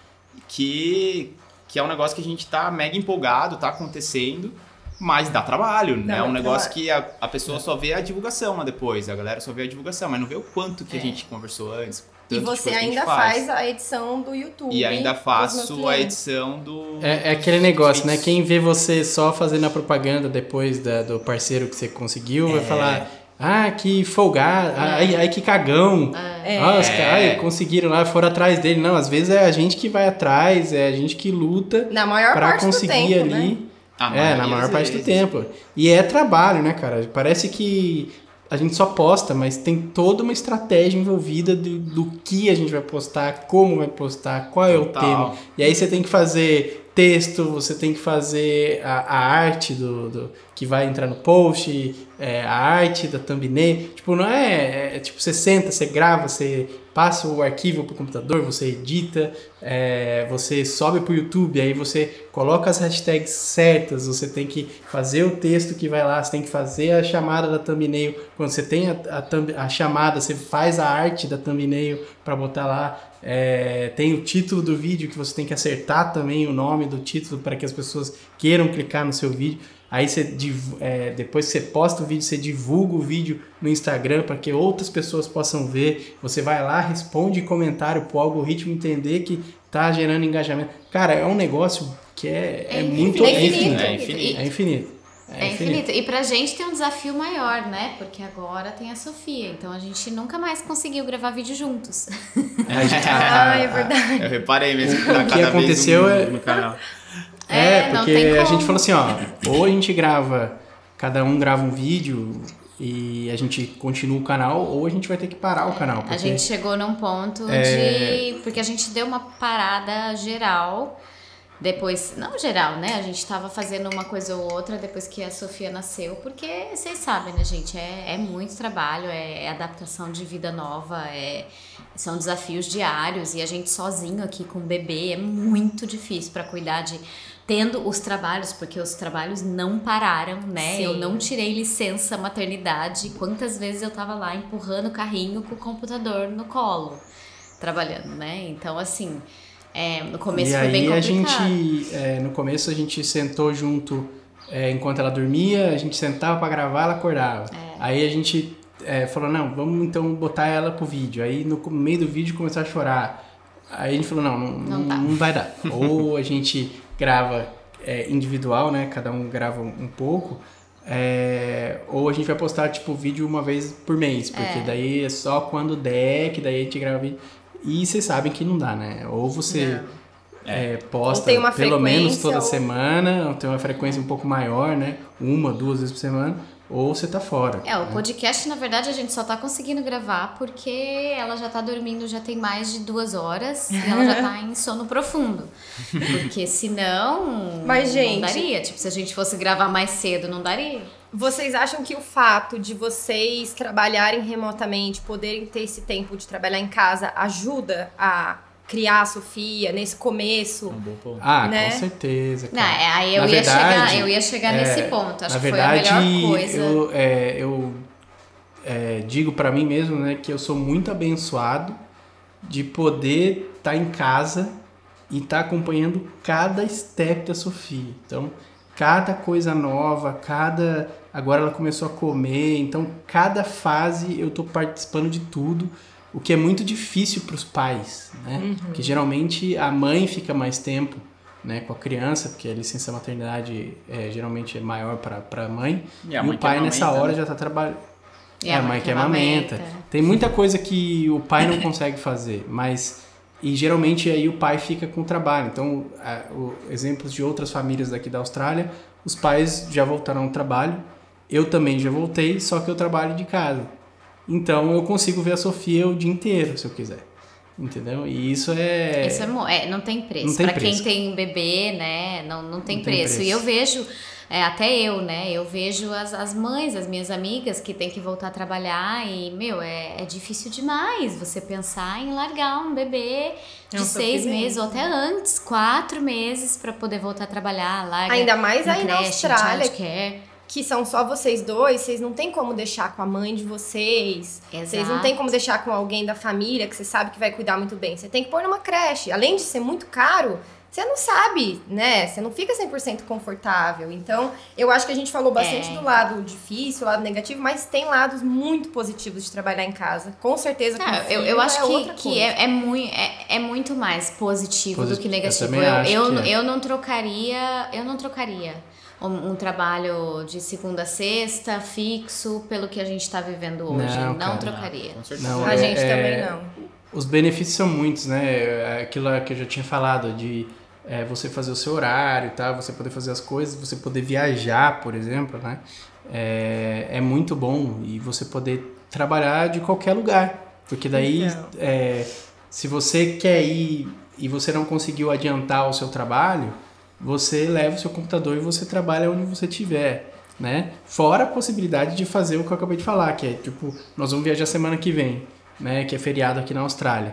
que, que é um negócio que a gente tá mega empolgado, tá acontecendo, mas dá trabalho, não, né? É um negócio trabalho. que a, a pessoa só vê a divulgação lá depois, a galera só vê a divulgação, mas não vê o quanto que é. a gente conversou antes. E você ainda faz. faz a edição do YouTube. E ainda faço a edição do... É, é aquele negócio, né? Quem vê você só fazendo a propaganda depois da, do parceiro que você conseguiu, é. vai falar... Ah, que folgado, é. ai, ai, que cagão. É. Ah, os caras conseguiram lá, foram atrás dele. Não, às vezes é a gente que vai atrás, é a gente que luta na maior pra parte conseguir do tempo, ali. Né? É, na maior parte do tempo. E é trabalho, né, cara? Parece que a gente só posta, mas tem toda uma estratégia envolvida do, do que a gente vai postar, como vai postar, qual é Total. o tema. E aí você tem que fazer texto, você tem que fazer a, a arte do, do, que vai entrar no post, é, a arte da thumbnail. Tipo, não é, é... Tipo, você senta, você grava, você passa o arquivo pro computador, você edita, é, você sobe pro YouTube, aí você coloca as hashtags certas, você tem que fazer o texto que vai lá, você tem que fazer a chamada da thumbnail. Quando você tem a, a, a chamada, você faz a arte da thumbnail para botar lá. É, tem o título do vídeo que você tem que acertar também o nome do título para que as pessoas queiram clicar no seu vídeo. Aí você, é, depois que você posta o vídeo, você divulga o vídeo no Instagram para que outras pessoas possam ver. Você vai lá, responde comentário para o algoritmo entender que tá gerando engajamento. Cara, é um negócio que é, é, é muito... É infinito. É infinito. É infinito. É, é infinito. infinito. E pra gente tem um desafio maior, né? Porque agora tem a Sofia. Então a gente nunca mais conseguiu gravar vídeo juntos. A gente, ah, é verdade. Eu reparei mesmo que tá o que cada aconteceu vez um é... no canal. É, É, não porque tem a como. gente falou assim, ó, ou a gente grava, cada um grava um vídeo e a gente continua o canal, ou a gente vai ter que parar o canal. Porque... A gente chegou num ponto É. de... Porque a gente deu uma parada geral, depois... Não geral, né? A gente tava fazendo uma coisa ou outra depois que a Sofia nasceu, porque vocês sabem, né, gente? É, é muito trabalho, é, é adaptação de vida nova, é... São desafios diários e a gente sozinho aqui com o bebê é muito difícil para cuidar de... Tendo os trabalhos, porque os trabalhos não pararam, né? Sim. Eu não tirei licença maternidade. Quantas vezes eu tava lá empurrando o carrinho com o computador no colo, trabalhando, né? Então, assim, é, no começo e foi aí bem a complicado. gente, é, no começo a gente sentou junto é, enquanto ela dormia, a gente sentava para gravar, ela acordava. É. Aí a gente é, falou, não, vamos então botar ela pro vídeo. Aí no meio do vídeo começou a chorar. Aí a gente falou, não, não, Não não, dá. não vai dar. Ou a gente grava é, individual, né? Cada um grava um, um pouco. É, ou a gente vai postar, tipo, vídeo uma vez por mês. Porque É. daí é só quando der, que daí a gente grava vídeo. E vocês sabem que não dá, né? Ou você é, posta Ou tem uma pelo menos frequência, toda ou- semana, ou tem uma frequência um pouco maior, né? Uma, duas vezes por semana. Ou você tá fora. É, o né? podcast, na verdade, a gente só tá conseguindo gravar porque ela já tá dormindo já tem mais de duas horas e ela já tá em sono profundo. Porque senão Mas, gente- não daria. Tipo, se a gente fosse gravar mais cedo, não daria. Vocês acham que o fato de vocês trabalharem remotamente, poderem ter esse tempo de trabalhar em casa, ajuda a criar a Sofia nesse começo? Um bom ponto. Ah, né? com certeza. Não, cara. é, aí eu Na ia, verdade, chegar, eu ia chegar é, nesse ponto. Acho na que verdade, foi a melhor coisa. eu, é, eu é, digo pra mim mesmo, né, que eu sou muito abençoado de poder estar em casa e estar acompanhando cada step da Sofia. Então, cada coisa nova, cada... Agora ela começou a comer, então cada fase eu tô participando de tudo, o que é muito difícil para os pais, né? Porque geralmente a mãe fica mais tempo, né, com a criança, porque a licença maternidade é, geralmente é maior para a mãe, E e, a mãe o que pai nessa amamenta, hora né? já tá trabalhando. E É, a mãe que amamenta. Tem muita coisa que o pai não consegue fazer, mas... E geralmente aí o pai fica com o trabalho. Então, a, o, exemplos de outras famílias daqui da Austrália, os pais já voltaram ao trabalho, eu também já voltei, só que eu trabalho de casa. Então eu consigo ver a Sofia o dia inteiro, se eu quiser. Entendeu? E isso é... Isso é, mo- é, não tem preço. Não tem Pra preço. quem tem bebê, né, não, não tem Não tem preço. preço. E eu vejo, é, até eu, né, eu vejo as, as mães, as minhas amigas que têm que voltar a trabalhar e, meu, é, é difícil demais você pensar em largar um bebê É de um seis sofrimento. meses ou até antes, quatro meses pra poder voltar a trabalhar, larga Ainda mais em aí na creche, em Austrália, childcare. que são só vocês dois, vocês não tem como deixar com a mãe de vocês. Vocês não Exato. tem como deixar com alguém da família que você sabe que vai cuidar muito bem. Você tem que pôr numa creche. Além de ser muito caro, você não sabe, né? Você não fica cem por cento confortável. Então, eu acho que a gente falou bastante É. do lado difícil, lado negativo, mas tem lados muito positivos de trabalhar em casa. Com certeza com Não, filho eu, eu acho é outra que, coisa. que é, é, muito, é, é muito mais positivo do Positivo. que Eu negativo. também Eu, acho eu, que é. eu não trocaria, eu não trocaria um, um trabalho de segunda a sexta fixo pelo que a gente está vivendo hoje. Não, Não, cara. trocaria. Com certeza. Não, A é- gente é- também não. Os benefícios são muitos, né? Aquilo que eu já tinha falado, de é, você fazer o seu horário, tá? Você poder fazer as coisas, você poder viajar, por exemplo, né? É, é muito bom e você poder trabalhar de qualquer lugar. Porque daí, Então. é, se você quer ir e você não conseguiu adiantar o seu trabalho, você leva o seu computador e você trabalha onde você estiver, né? Fora a possibilidade de fazer o que eu acabei de falar, que é tipo, nós vamos viajar semana que vem, né? Que é feriado aqui na Austrália.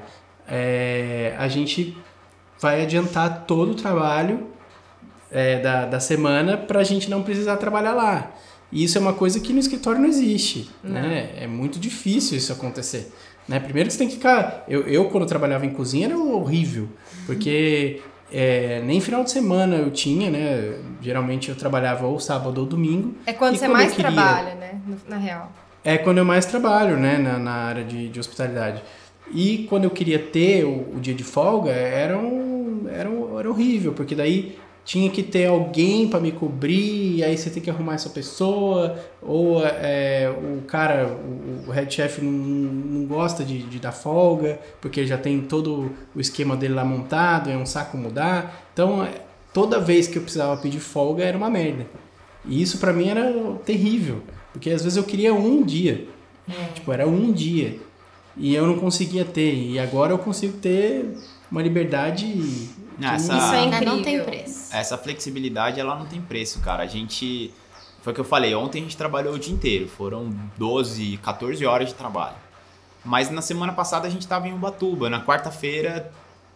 É, a gente vai adiantar todo o trabalho é, da, da semana pra gente não precisar trabalhar lá. E isso é uma coisa que no escritório não existe, né? É muito difícil isso acontecer, né? Primeiro que você tem que ficar... Eu, eu quando trabalhava em cozinha, era horrível, porque é, nem final de semana eu tinha, né? Geralmente eu trabalhava ou sábado ou domingo. É quando E você quando mais eu queria- trabalha, né? no- Na real. É quando eu mais trabalho, né, na, na área de, de hospitalidade. E quando eu queria ter o, o dia de folga, era, um, era, um, era horrível, porque daí tinha que ter alguém para me cobrir, e aí você tem que arrumar essa pessoa, ou é, o cara, o, o head chef não, não gosta de, de dar folga, porque já tem todo o esquema dele lá montado, é um saco mudar. Então, toda vez que eu precisava pedir folga era uma merda. E isso para mim era terrível, porque às vezes eu queria um dia, é. tipo, era um dia, e eu não conseguia ter, e agora eu consigo ter uma liberdade... Essa, isso é incrível. Não tem preço. Essa flexibilidade, ela não tem preço, cara. A gente... Foi o que eu falei, ontem a gente trabalhou o dia inteiro. Foram doze, catorze horas de trabalho. Mas na semana passada a gente tava em Ubatuba. Na quarta-feira,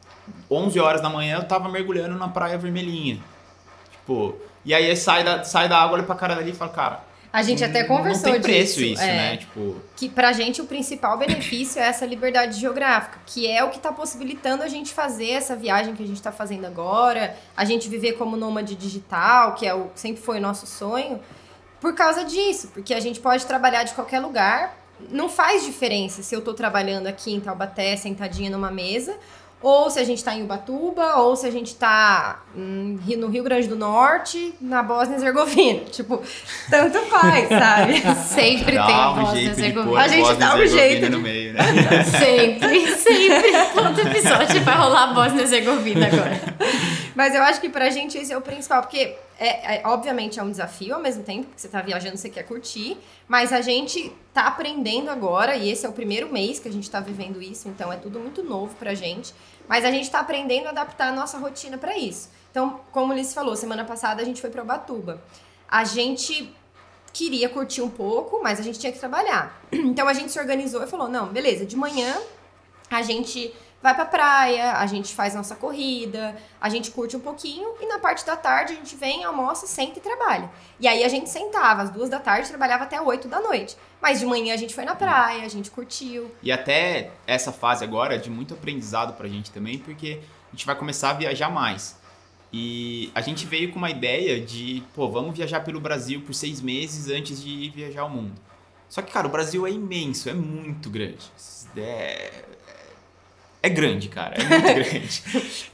onze horas da manhã, eu tava mergulhando na Praia Vermelhinha. Tipo... E aí sai da, sai da água, olha pra cara dali e fala, cara... A gente até conversou disso. Não tem preço disso, isso, é, né? Tipo... Que pra gente o principal benefício é essa liberdade geográfica, que é o que tá possibilitando a gente fazer essa viagem que a gente tá fazendo agora, a gente viver como nômade digital, que é o, sempre foi o nosso sonho, por causa disso, porque a gente pode trabalhar de qualquer lugar, não faz diferença se eu tô trabalhando aqui em Taubaté, sentadinha numa mesa, ou se a gente tá em Ubatuba, ou se a gente tá hum, no Rio Grande do Norte, na Bósnia e Herzegovina. Tipo, tanto faz, sabe? Sempre dá tem a um Bósnia e jeito de Herzegovina. pôr A gente dá um jeito de... no meio, né? Sempre, sempre. Todo episódio vai rolar a Bósnia e Herzegovina agora. Mas eu acho que pra gente esse é o principal, porque é, é, obviamente é um desafio ao mesmo tempo, porque você tá viajando, você quer curtir, mas a gente tá aprendendo agora, e esse é o primeiro mês que a gente tá vivendo isso, então é tudo muito novo pra gente, mas a gente tá aprendendo a adaptar a nossa rotina pra isso. Então, como o Ulisses falou, semana passada a gente foi pra Ubatuba. A gente queria curtir um pouco, mas a gente tinha que trabalhar. Então a gente se organizou e falou, não, beleza, de manhã a gente... vai pra praia, a gente faz nossa corrida, a gente curte um pouquinho e na parte da tarde a gente vem, almoça, senta e trabalha. E aí a gente sentava, às duas da tarde, trabalhava até oito da noite. Mas de manhã a gente foi na praia, a gente curtiu. E até essa fase agora é de muito aprendizado pra gente também, porque a gente vai começar a viajar mais. E a gente veio com uma ideia de, pô, vamos viajar pelo Brasil por seis meses antes de viajar ao mundo. Só que, cara, o Brasil é imenso, é muito grande. É... É grande, cara, é muito grande.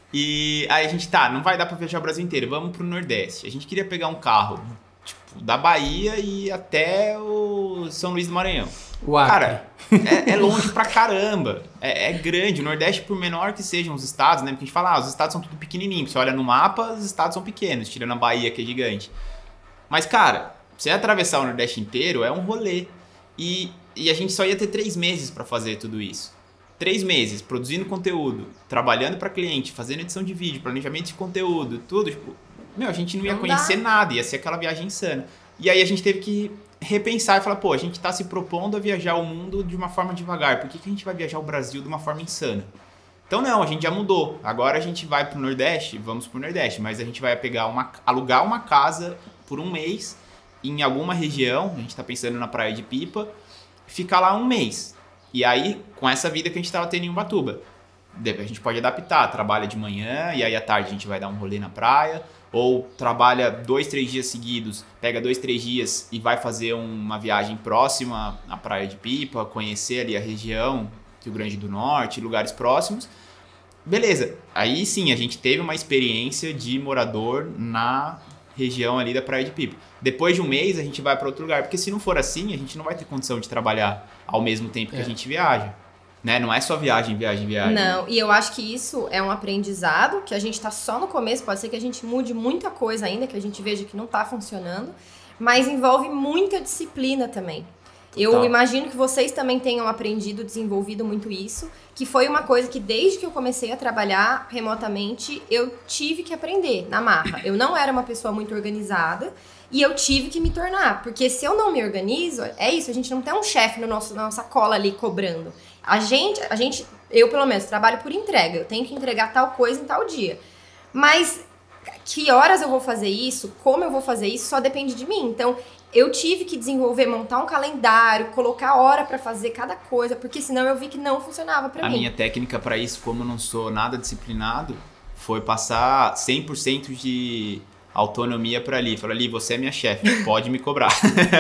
E aí a gente, tá, não vai dar pra viajar o Brasil inteiro, vamos pro Nordeste. A gente queria pegar um carro, tipo, da Bahia e até o São Luís do Maranhão. O Acre. Cara, é, é longe pra caramba, é, é grande. O Nordeste, por menor que sejam os estados, né, porque a gente fala, ah, os estados são tudo pequenininhos. Você olha no mapa, os estados são pequenos, tirando a Bahia, que é gigante. Mas, cara, você atravessar o Nordeste inteiro é um rolê. E, e a gente só ia ter três meses pra fazer tudo isso. Três meses produzindo conteúdo, trabalhando para cliente, fazendo edição de vídeo, planejamento de conteúdo, tudo, tipo, meu, a gente não ia Não conhecer dá. nada, ia ser aquela viagem insana. E aí a gente teve que repensar e falar, pô, a gente tá se propondo a viajar o mundo de uma forma devagar, por que, que a gente vai viajar o Brasil de uma forma insana? Então não, a gente já mudou, agora a gente vai pro Nordeste, vamos pro Nordeste, mas a gente vai pegar uma, alugar uma casa por um mês em alguma região, a gente tá pensando na Praia de Pipa, ficar lá um mês. E aí, com essa vida que a gente estava tendo em Ubatuba, a gente pode adaptar, trabalha de manhã e aí à tarde a gente vai dar um rolê na praia, ou trabalha dois, três dias seguidos, pega dois, três dias e vai fazer uma viagem próxima à Praia de Pipa, conhecer ali a região, Rio Grande do Norte, lugares próximos. Beleza, aí sim, a gente teve uma experiência de morador na região ali da Praia de Pipa. Depois de um mês a gente vai para outro lugar, porque se não for assim, a gente não vai ter condição de trabalhar ao mesmo tempo que é. a gente viaja, né? Não é só viagem, viagem, viagem. Não, e eu acho que isso é um aprendizado, que a gente tá só no começo, pode ser que a gente mude muita coisa ainda, que a gente veja que não tá funcionando, mas envolve muita disciplina também. Eu Total. imagino que vocês também tenham aprendido, desenvolvido muito isso, que foi uma coisa que desde que eu comecei a trabalhar remotamente, eu tive que aprender na marra. Eu não era uma pessoa muito organizada e eu tive que me tornar, porque se eu não me organizo, é isso, a gente não tem um chefe no nosso, na nossa cola ali cobrando. A gente, a gente, eu pelo menos, trabalho por entrega, eu tenho que entregar tal coisa em tal dia. Mas que horas eu vou fazer isso, como eu vou fazer isso, só depende de mim. Então, eu tive que desenvolver, montar um calendário, colocar hora pra fazer cada coisa, porque senão eu vi que não funcionava pra A mim. minha técnica para isso, como eu não sou nada disciplinado, foi passar cem por cento de autonomia para ali. Falei, ali, você é minha chefe, pode me cobrar.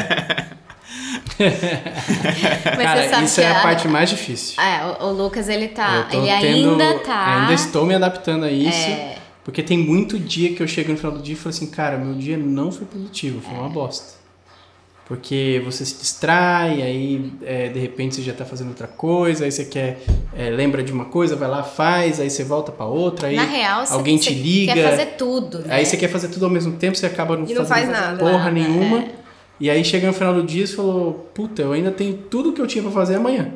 Mas Cara, você sabe isso que é a parte mais difícil. É, o, o Lucas, ele tá. Eu tô Ele tendo- ainda tá. Ainda estou me adaptando a isso. É, Porque tem muito dia que eu chego no final do dia e falo assim, cara, meu dia não foi produtivo, foi uma bosta. Porque você se distrai, aí é, de repente você já tá fazendo outra coisa, aí você quer, é, lembra de uma coisa, vai lá, faz, aí você volta pra outra, aí Na real, você, alguém te você liga. quer fazer tudo, né? Aí você quer fazer tudo ao mesmo tempo, você acaba não E não fazendo faz nada. porra Nada, nenhuma. é. E aí chega no final do dia e você falou, puta, eu ainda tenho tudo que eu tinha pra fazer amanhã.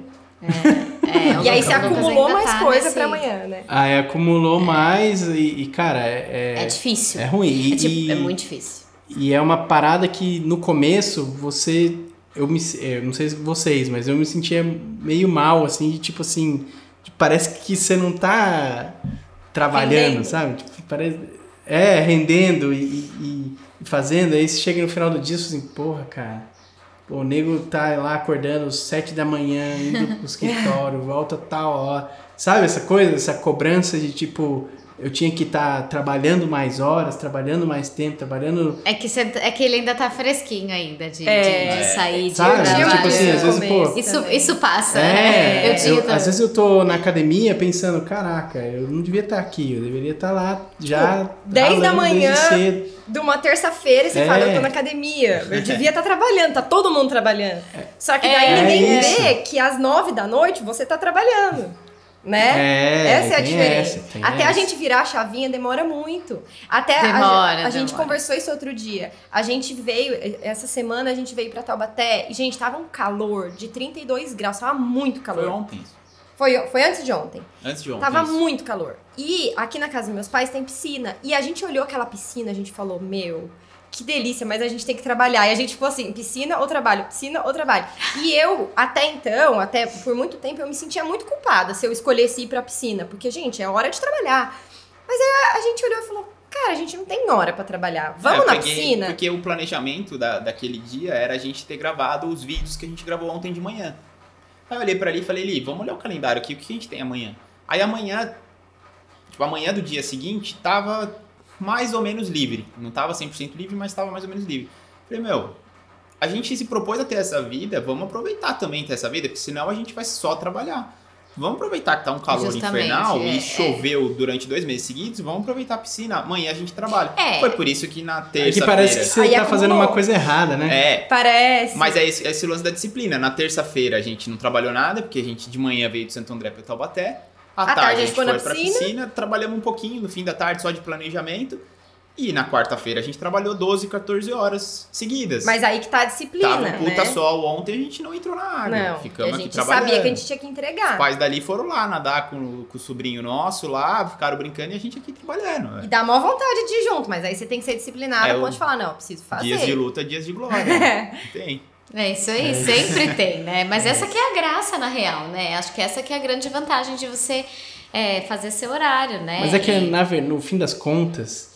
É, o E aí Lucas- você o Lucas acumulou ainda mais tá coisa nesse- pra amanhã, né? Aí acumulou mais e, e, cara, é... É difícil. É ruim. E, É, tipo, e- é muito difícil. E é uma parada que no começo você. Eu me. Eu não sei se vocês, mas eu me sentia meio mal, assim, de tipo assim. de- Parece que você não tá trabalhando, Rendendo. sabe? Tipo, parece. É, rendendo e, e- e fazendo. Aí você chega no final do dia e fala assim, porra, cara. Pô, o nego tá lá acordando às sete da manhã, indo pro escritório, volta tal hora. Sabe essa coisa, essa cobrança de tipo. Eu tinha que estar trabalhando mais horas, trabalhando mais tempo, trabalhando. É que, você, é que ele ainda tá fresquinho ainda de, É. de, de sair de Sabe? trabalho. Tipo assim, às vezes, pô, Isso, isso passa. É, Eu tinha eu- também. às vezes eu tô na academia pensando, caraca, eu não devia estar aqui, eu deveria estar lá já. dez da ralando manhã, desde cedo. de uma terça-feira, e você É. fala, eu tô na academia. Eu devia estar trabalhando, tá todo mundo trabalhando. Só que daí É ninguém isso. vê que às nove da noite você tá trabalhando. Né? É, essa é a tem diferença. essa, tem Até a essa. gente virar a chavinha demora muito. Até a- Demora, a, gente demora. conversou isso outro dia. A gente veio, essa semana a gente veio pra Taubaté e, gente, tava um calor de trinta e dois graus, tava muito Foi calor. ontem. Foi, foi antes de ontem. Antes de ontem. Tava isso. muito calor. E aqui na casa dos meus pais tem piscina. E a gente olhou aquela piscina, a gente falou, meu, que delícia, mas a gente tem que trabalhar. E a gente ficou assim, piscina ou trabalho, piscina ou trabalho. E eu, até então, até por muito tempo, eu me sentia muito culpada se eu escolhesse ir pra piscina. Porque, gente, é hora de trabalhar. Mas aí a gente olhou e falou, cara, a gente não tem hora pra trabalhar. Vamos É, eu na peguei- piscina? Porque o planejamento da, daquele dia era a gente ter gravado os vídeos que a gente gravou ontem de manhã. Aí eu olhei pra ali e falei, Li, vamos olhar o calendário aqui, o que a gente tem amanhã? Aí amanhã, tipo, amanhã do dia seguinte, tava mais ou menos livre. Não tava cem por cento livre, mas tava mais ou menos livre. Falei, meu, a gente se propôs a ter essa vida, vamos aproveitar também ter essa vida, porque senão a gente vai só trabalhar. Vamos aproveitar que tá um calor Justamente, infernal é, e é. choveu durante dois meses seguidos, vamos aproveitar a piscina. Amanhã a gente trabalha. É. Foi por isso que na É terça-feira... que parece que você Aí tá fazendo acumulou. uma coisa errada, né? É, Parece. mas é esse, é esse lance da disciplina. Na terça-feira a gente não trabalhou nada, porque a gente de manhã veio de Santo André para Taubaté. À À tarde a gente foi, na pra piscina. piscina, trabalhamos um pouquinho no fim da tarde só de planejamento. E na quarta-feira a gente trabalhou doze, quatorze horas seguidas. Mas aí que tá a disciplina, Tava um puta né? sol ontem, a gente não entrou na água. Não, Ficamos a aqui gente trabalhando. sabia que a gente tinha que entregar. Os pais dali foram lá nadar com, com o sobrinho nosso lá, ficaram brincando e a gente aqui trabalhando. E dá mó vontade de ir junto, mas aí você tem que ser disciplinado É, a o- ponto de falar, não, eu preciso fazer. Dias de luta, dias de glória. Tem. É isso aí, sempre tem, né? Mas essa que é a graça, na real, né? Acho que essa que é a grande vantagem de você é, fazer seu horário, né? Mas é que, E- na ver- no fim das contas,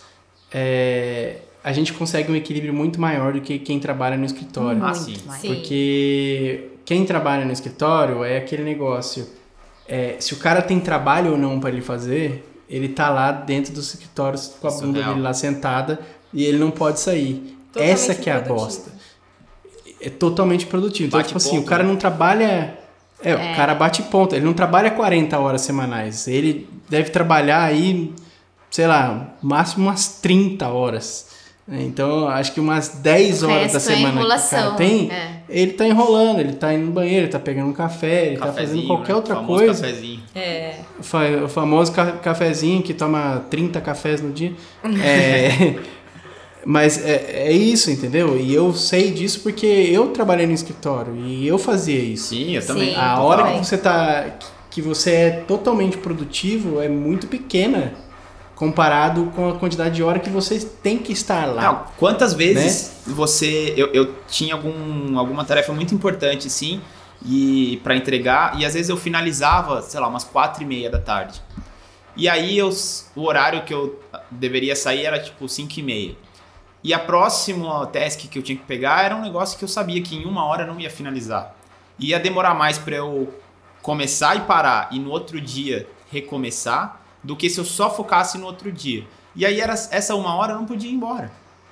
é, a gente consegue um equilíbrio muito maior do que quem trabalha no escritório. Ah, Muito sim. mais. Sim. Porque quem trabalha no escritório é aquele negócio. é, se o cara tem trabalho ou não para ele fazer, ele tá lá dentro dos escritórios com a Isso é bunda real. dele lá sentada e ele não pode sair. Totalmente Essa que é a improdutivo. bosta. É totalmente produtivo. Então, Bate tipo assim, ponto, o cara né? não trabalha. É, o cara bate ponta. Ele não trabalha quarenta horas semanais. Ele deve trabalhar aí, sei lá, máximo umas trinta horas. Então, acho que umas dez O horas da resto é semana que o enrolação, cara tem, é. ele tá enrolando, ele tá indo no banheiro, ele tá pegando um café, ele tá fazendo Cafezinho, qualquer né? outra O famoso coisa. Cafezinho. É. O fa- O famoso ca- cafezinho que toma trinta cafés no dia. É, mas é, é isso, entendeu? E eu sei disso porque eu trabalhei no escritório e eu fazia isso. Sim, eu Sim. também. A total. hora que você tá. que você é totalmente produtivo é muito pequena comparado com a quantidade de hora que você tem que estar lá. Não, quantas vezes Né? você... Eu, eu tinha algum, alguma tarefa muito importante, sim, e para entregar, e às vezes eu finalizava, sei lá, umas quatro e meia da tarde. E aí eu, o horário que eu deveria sair era tipo cinco e meia. E a próxima task que eu tinha que pegar era um negócio que eu sabia que em uma hora não ia finalizar. Ia demorar mais para eu começar e parar e no outro dia recomeçar do que se eu só focasse no outro dia. E aí era essa uma hora eu não podia ir embora.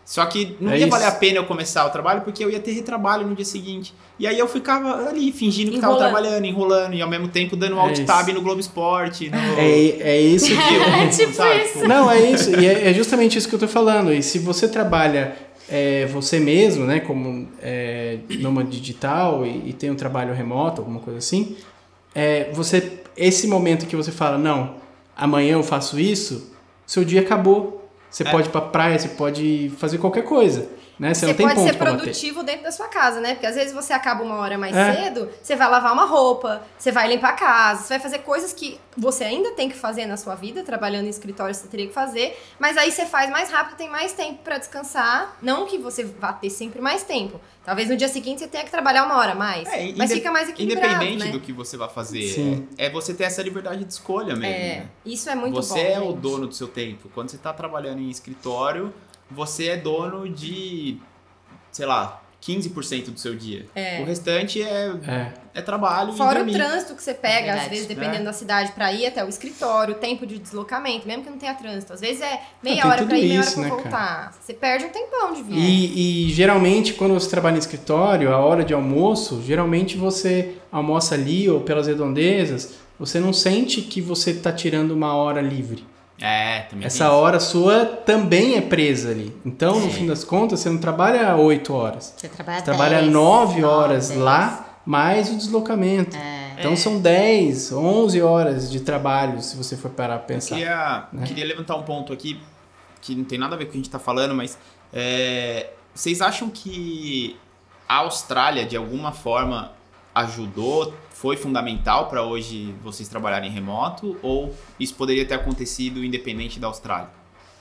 Só que não É ia isso. valer a pena eu começar o trabalho porque eu ia ter retrabalho no dia seguinte. E aí eu ficava ali fingindo que Enrolando. tava trabalhando, enrolando e ao mesmo tempo dando É alt tab isso. no Globo Esporte. No... É, é isso que É tipo sabe? isso. Não, é isso. E é, é justamente isso que eu tô falando. E se você trabalha é, você mesmo, né, como é, nômade digital e, e tem um trabalho remoto, alguma coisa assim, é, você, esse momento que você fala, não, amanhã eu faço isso, seu dia acabou. Você É. pode ir pra praia, você pode fazer qualquer coisa. Né? Você, Você não tem pode ponto ser pra bater. produtivo dentro da sua casa, né? Porque às vezes você acaba uma hora mais É. cedo, você vai lavar uma roupa, você vai limpar a casa, você vai fazer coisas que você ainda tem que fazer na sua vida, trabalhando em escritório você teria que fazer, mas aí você faz mais rápido, tem mais tempo pra descansar. Não que você vá ter sempre mais tempo. Talvez no dia seguinte você tenha que trabalhar uma hora a mais, É, mas inde- fica mais equilibrado, Independente né? do que você vai fazer, Sim. é, é você ter essa liberdade de escolha mesmo. É, né? isso é muito bom. Você é o gente. dono do seu tempo. Quando você está trabalhando em escritório, você é dono de, sei lá, quinze por cento do seu dia. É. O restante é, É. é trabalho Fora e o dormir. trânsito que você pega, Verdade. às vezes, dependendo É. da cidade, pra ir até o escritório, o tempo de deslocamento, mesmo que não tenha trânsito. Às vezes é meia Ah, tem hora tudo pra ir, meia hora isso, pra né, voltar. Você perde um tempão de vida. E, e geralmente, quando você trabalha em escritório, a hora de almoço, geralmente você almoça ali ou pelas redondezas, você não sente que você está tirando uma hora livre. É, também Essa tem isso. hora sua também é presa ali. Então, no É. fim das contas, você não trabalha oito horas. Você trabalha Você trabalha dez, nove nove, horas dez. lá, mais o deslocamento. É. Então, são dez, onze horas de trabalho, se você for parar pra Eu pensar. queria, né? queria levantar um ponto aqui que não tem nada a ver com o que a gente está falando, mas é, vocês acham que a Austrália, de alguma forma, ajudou, foi fundamental para hoje vocês trabalharem remoto? Ou isso poderia ter acontecido independente da Austrália?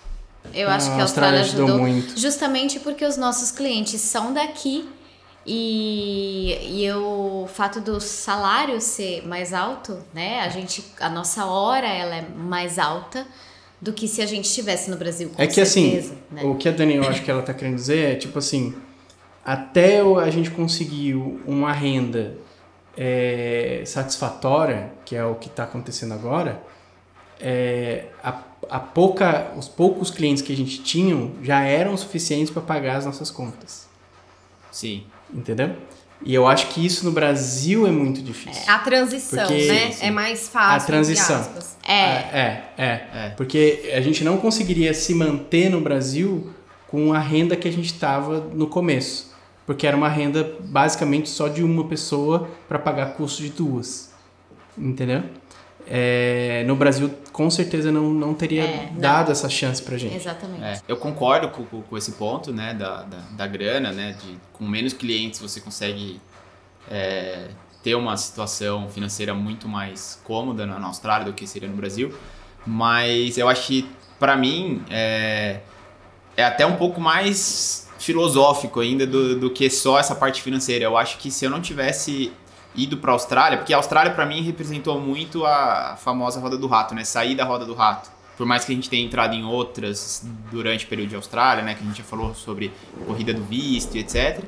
Eu acho A que a Austrália ajudou ajudou muito. justamente porque os nossos clientes são daqui e, e o fato do salário ser mais alto, né? A gente, a nossa hora ela é mais alta do que se a gente estivesse no Brasil, com É que certeza, assim, né? o que a Dani, eu acho que ela tá querendo dizer é tipo assim, até o- a gente conseguir uma renda é, satisfatória, que é o que está acontecendo agora, é, a, a pouca, os poucos clientes que a gente tinha já eram suficientes para pagar as nossas contas, Sim. entendeu? E eu acho que isso no Brasil é muito difícil. A transição, Porque- né? Sim, sim. É mais fácil. A transição. entre aspas. É, É, é, É. Porque a gente não conseguiria se manter no Brasil com a renda que a gente estava no começo. Porque era uma renda basicamente só de uma pessoa para pagar custo de duas. Entendeu? É, no Brasil, com certeza, não, não teria É, não. dado essa chance pra gente. exatamente. É, eu concordo com, com, com esse ponto, né, da, da, da grana, né, de com menos clientes você consegue é, ter uma situação financeira muito mais cômoda na, na Austrália do que seria no Brasil, mas eu acho que, para mim, é, é até um pouco mais filosófico ainda do, do que só essa parte financeira. Eu acho que se eu não tivesse ido para a Austrália, porque a Austrália para mim representou muito a famosa roda do rato, né? Sair da roda do rato. Por mais que a gente tenha entrado em outras durante o período de Austrália, né? Que a gente já falou sobre corrida do visto e etcétera.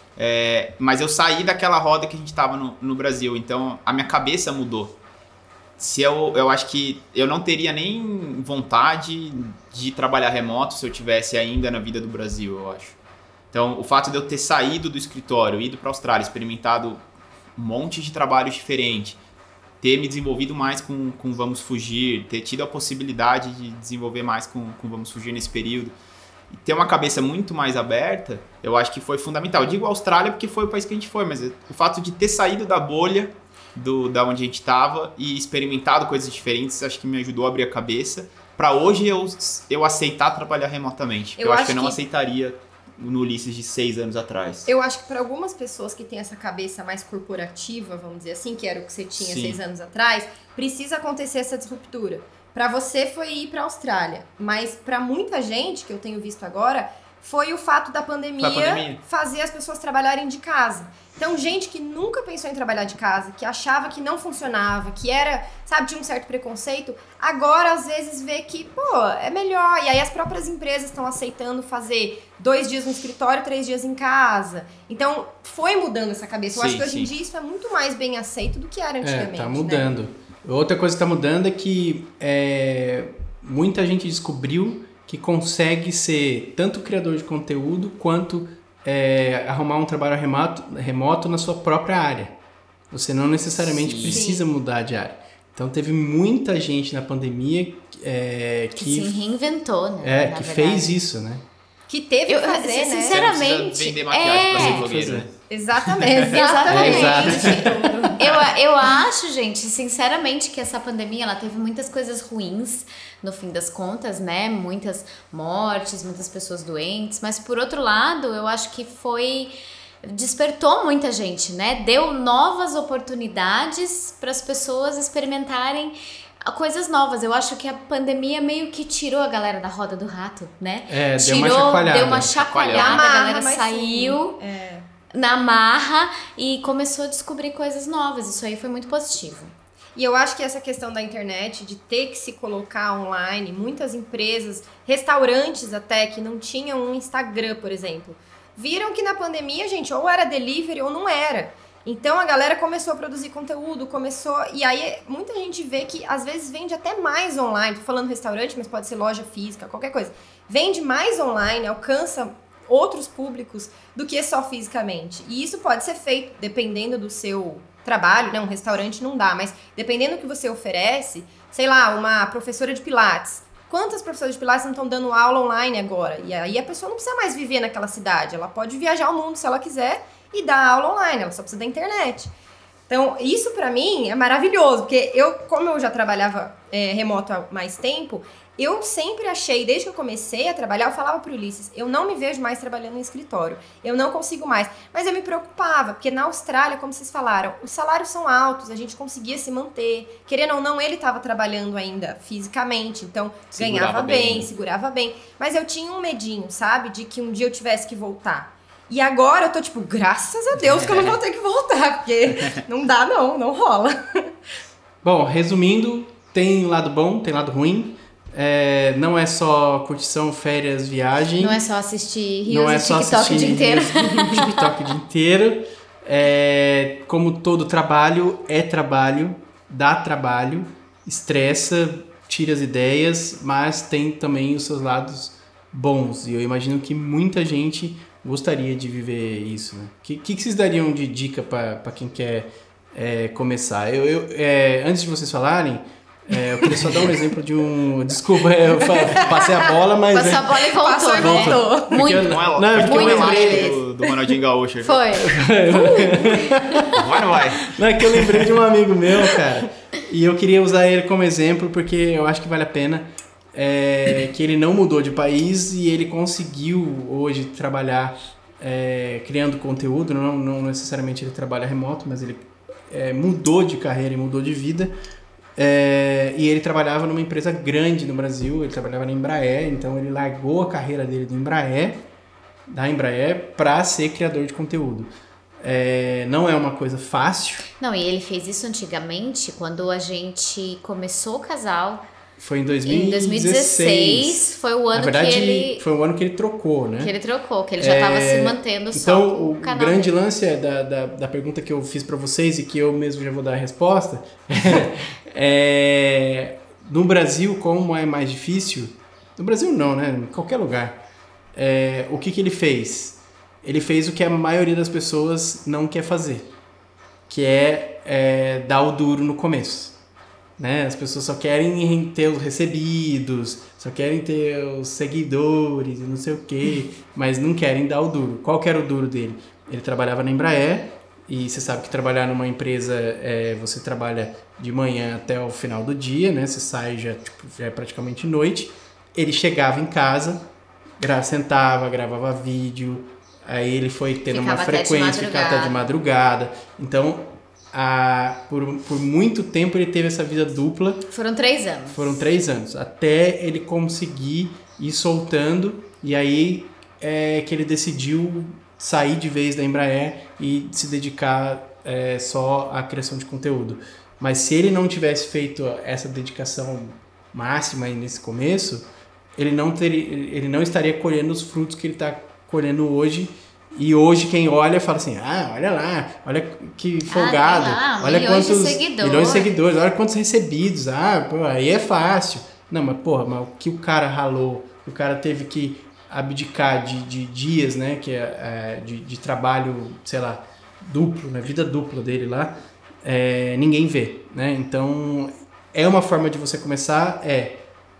É, mas eu saí daquela roda que a gente estava no, no Brasil, então a minha cabeça mudou. Se eu, eu acho que eu não teria nem vontade de trabalhar remoto se eu tivesse ainda na vida do Brasil, eu acho. Então, o fato de eu ter saído do escritório, ido para a Austrália, experimentado um monte de trabalhos diferentes, ter me desenvolvido mais com, com Vamos Fugir, ter tido a possibilidade de desenvolver mais com, com Vamos Fugir nesse período, e ter uma cabeça muito mais aberta, eu acho que foi fundamental. Eu digo Austrália porque foi o país que a gente foi, mas o fato de ter saído da bolha do, da onde a gente estava e experimentado coisas diferentes, acho que me ajudou a abrir a cabeça para hoje eu, eu aceitar trabalhar remotamente. Eu, Eu acho acho que eu não que- aceitaria no Ulisses de seis anos atrás. Eu acho que para algumas pessoas que têm essa cabeça mais corporativa, vamos dizer assim, que era o que você tinha Sim. seis anos atrás, precisa acontecer essa disruptura. Para você foi ir para a Austrália, mas para muita gente que eu tenho visto agora, foi o fato da pandemia, Foi a pandemia. fazer as pessoas trabalharem de casa. Então, gente que nunca pensou em trabalhar de casa, que achava que não funcionava, que era, sabe, tinha um certo preconceito, agora às vezes vê que, pô, é melhor. E aí as próprias empresas estão aceitando fazer dois dias no escritório, três dias em casa. Então, foi mudando essa cabeça. Eu Sim, acho que hoje em sim. dia isso é muito mais bem aceito do que era É, antigamente. tá né? mudando. Outra coisa que tá mudando é que é, muita gente descobriu que consegue ser tanto criador de conteúdo quanto é, arrumar um trabalho remoto, remoto na sua própria área. Você não necessariamente Sim. precisa mudar de área. Então teve muita gente na pandemia é, que, Que se reinventou, né? é, na que verdade. fez isso, né? Que teve Eu, que fazer, né? Você sinceramente, não precisa vender maquiagem pra é, ser blogueiro, né? Exatamente. Exatamente. Exatamente. Eu, eu acho, gente, sinceramente, que essa pandemia ela teve muitas coisas ruins, no fim das contas, né? Muitas mortes, muitas pessoas doentes. Mas, por outro lado, eu acho que foi... despertou muita gente, né? Deu novas oportunidades para as pessoas experimentarem coisas novas. Eu acho que a pandemia meio que tirou a galera da roda do rato, né? É, deu tirou, uma chacoalhada. Deu uma chacoalhada, Na a marra, galera mas saiu... sim. É. na marra e começou a descobrir coisas novas. Isso aí foi muito positivo. E eu acho que essa questão da internet, de ter que se colocar online, muitas empresas, restaurantes até, que não tinham um Instagram, por exemplo, viram que na pandemia, gente, ou era delivery ou não era. Então a galera começou a produzir conteúdo, começou... E aí muita gente vê que às vezes vende até mais online. Tô falando restaurante, mas pode ser loja física, qualquer coisa. Vende mais online, alcança outros públicos do que só fisicamente. E isso pode ser feito dependendo do seu trabalho, né? Um restaurante não dá, mas dependendo do que você oferece, sei lá, uma professora de pilates. Quantas professoras de pilates não estão dando aula online agora? E aí a pessoa não precisa mais viver naquela cidade, ela pode viajar o mundo se ela quiser e dar aula online, ela só precisa da internet. Então, isso pra mim é maravilhoso, porque eu, como eu já trabalhava é, remoto há mais tempo, eu sempre achei, desde que eu comecei a trabalhar, eu falava pro Ulisses, eu não me vejo mais trabalhando em escritório, eu não consigo mais. Mas eu me preocupava, porque na Austrália, como vocês falaram, os salários são altos, a gente conseguia se manter. Querendo ou não, ele estava trabalhando ainda fisicamente, então Segurava ganhava bem, bem. segurava bem. Mas eu tinha um medinho, sabe, de que um dia eu tivesse que voltar. E agora eu tô tipo, graças a Deus que eu não vou ter que voltar, porque não dá não, não rola. Bom, resumindo, tem lado bom, tem lado ruim. É, não é só curtição, férias, viagem. Não é só assistir Reels Não é e só TikTok o assistir dia inteiro. Reels, TikTok o dia inteiro. É, como todo trabalho, é trabalho, dá trabalho, estressa, tira as ideias, mas tem também os seus lados bons. E eu imagino que muita gente gostaria de viver isso. O né? que, que, que vocês dariam de dica para quem quer é, começar? Eu, eu, é, antes de vocês falarem, é, eu queria só dar um exemplo de um... Desculpa, eu passei a bola, mas... Passou a bola e voltou, Passou e né? voltou. Muito. eu- Não é, Não, não, porque eu eu lembrei lembrei do, do Ronaldinho Gaúcho. Foi. Vai, não vai? Não, é que eu lembrei de um amigo meu, cara, e eu queria usar ele como exemplo porque eu acho que vale a pena, é, que ele não mudou de país e ele conseguiu hoje trabalhar é, criando conteúdo, não, não necessariamente ele trabalha remoto, mas ele é, mudou de carreira e mudou de vida, é, e ele trabalhava numa empresa grande no Brasil, ele trabalhava na Embraer, então ele largou a carreira dele do Embraer, da Embraer, para ser criador de conteúdo. É, não é uma coisa fácil. Não, e ele fez isso antigamente, quando a gente começou o casal. Foi em dois mil e dezesseis. Em dois mil e dezesseis foi o ano Na verdade, que ele foi o ano que ele trocou, né? que ele trocou, que ele já estava se mantendo só Então, com o o canal grande dele. lance é da, da, da pergunta que eu fiz pra vocês e que eu mesmo já vou dar a resposta. é, no Brasil, como é mais difícil... No Brasil não, né? Em qualquer lugar. É, o que, que ele fez? Ele fez o que a maioria das pessoas não quer fazer. Que é, é dar o duro no começo. Né? As pessoas só querem ter os recebidos, só querem ter os seguidores e não sei o quê, mas não querem dar o duro. Qual que era o duro dele? Ele trabalhava na Embraer, e você sabe que trabalhar numa empresa, é, você trabalha de manhã até o final do dia, né? Você sai já, tipo, já é praticamente noite. Ele chegava em casa, gra- sentava, gravava vídeo, aí ele foi tendo Ficava uma até de frequência, ficava até de madrugada. madrugada. Então, a, por, por muito tempo ele teve essa vida dupla. Foram três anos. Foram três anos, até ele conseguir ir soltando, e aí é que ele decidiu sair de vez da Embraer e se dedicar é, só à criação de conteúdo. Mas se ele não tivesse feito essa dedicação máxima aí nesse começo, ele não, teria, ele não estaria colhendo os frutos que ele está colhendo hoje. E hoje quem olha fala assim, ah, olha lá, olha que folgado, Ah, olha milhões de quantos seguidores. milhões de seguidores, olha quantos recebidos, ah, pô, aí é fácil. Não, mas porra, mas o que o cara ralou o cara teve que abdicar de, de dias, né, que é, é de, de trabalho, sei lá, duplo, né, vida dupla dele lá, é, ninguém vê, né? Então, é uma forma de você começar, é,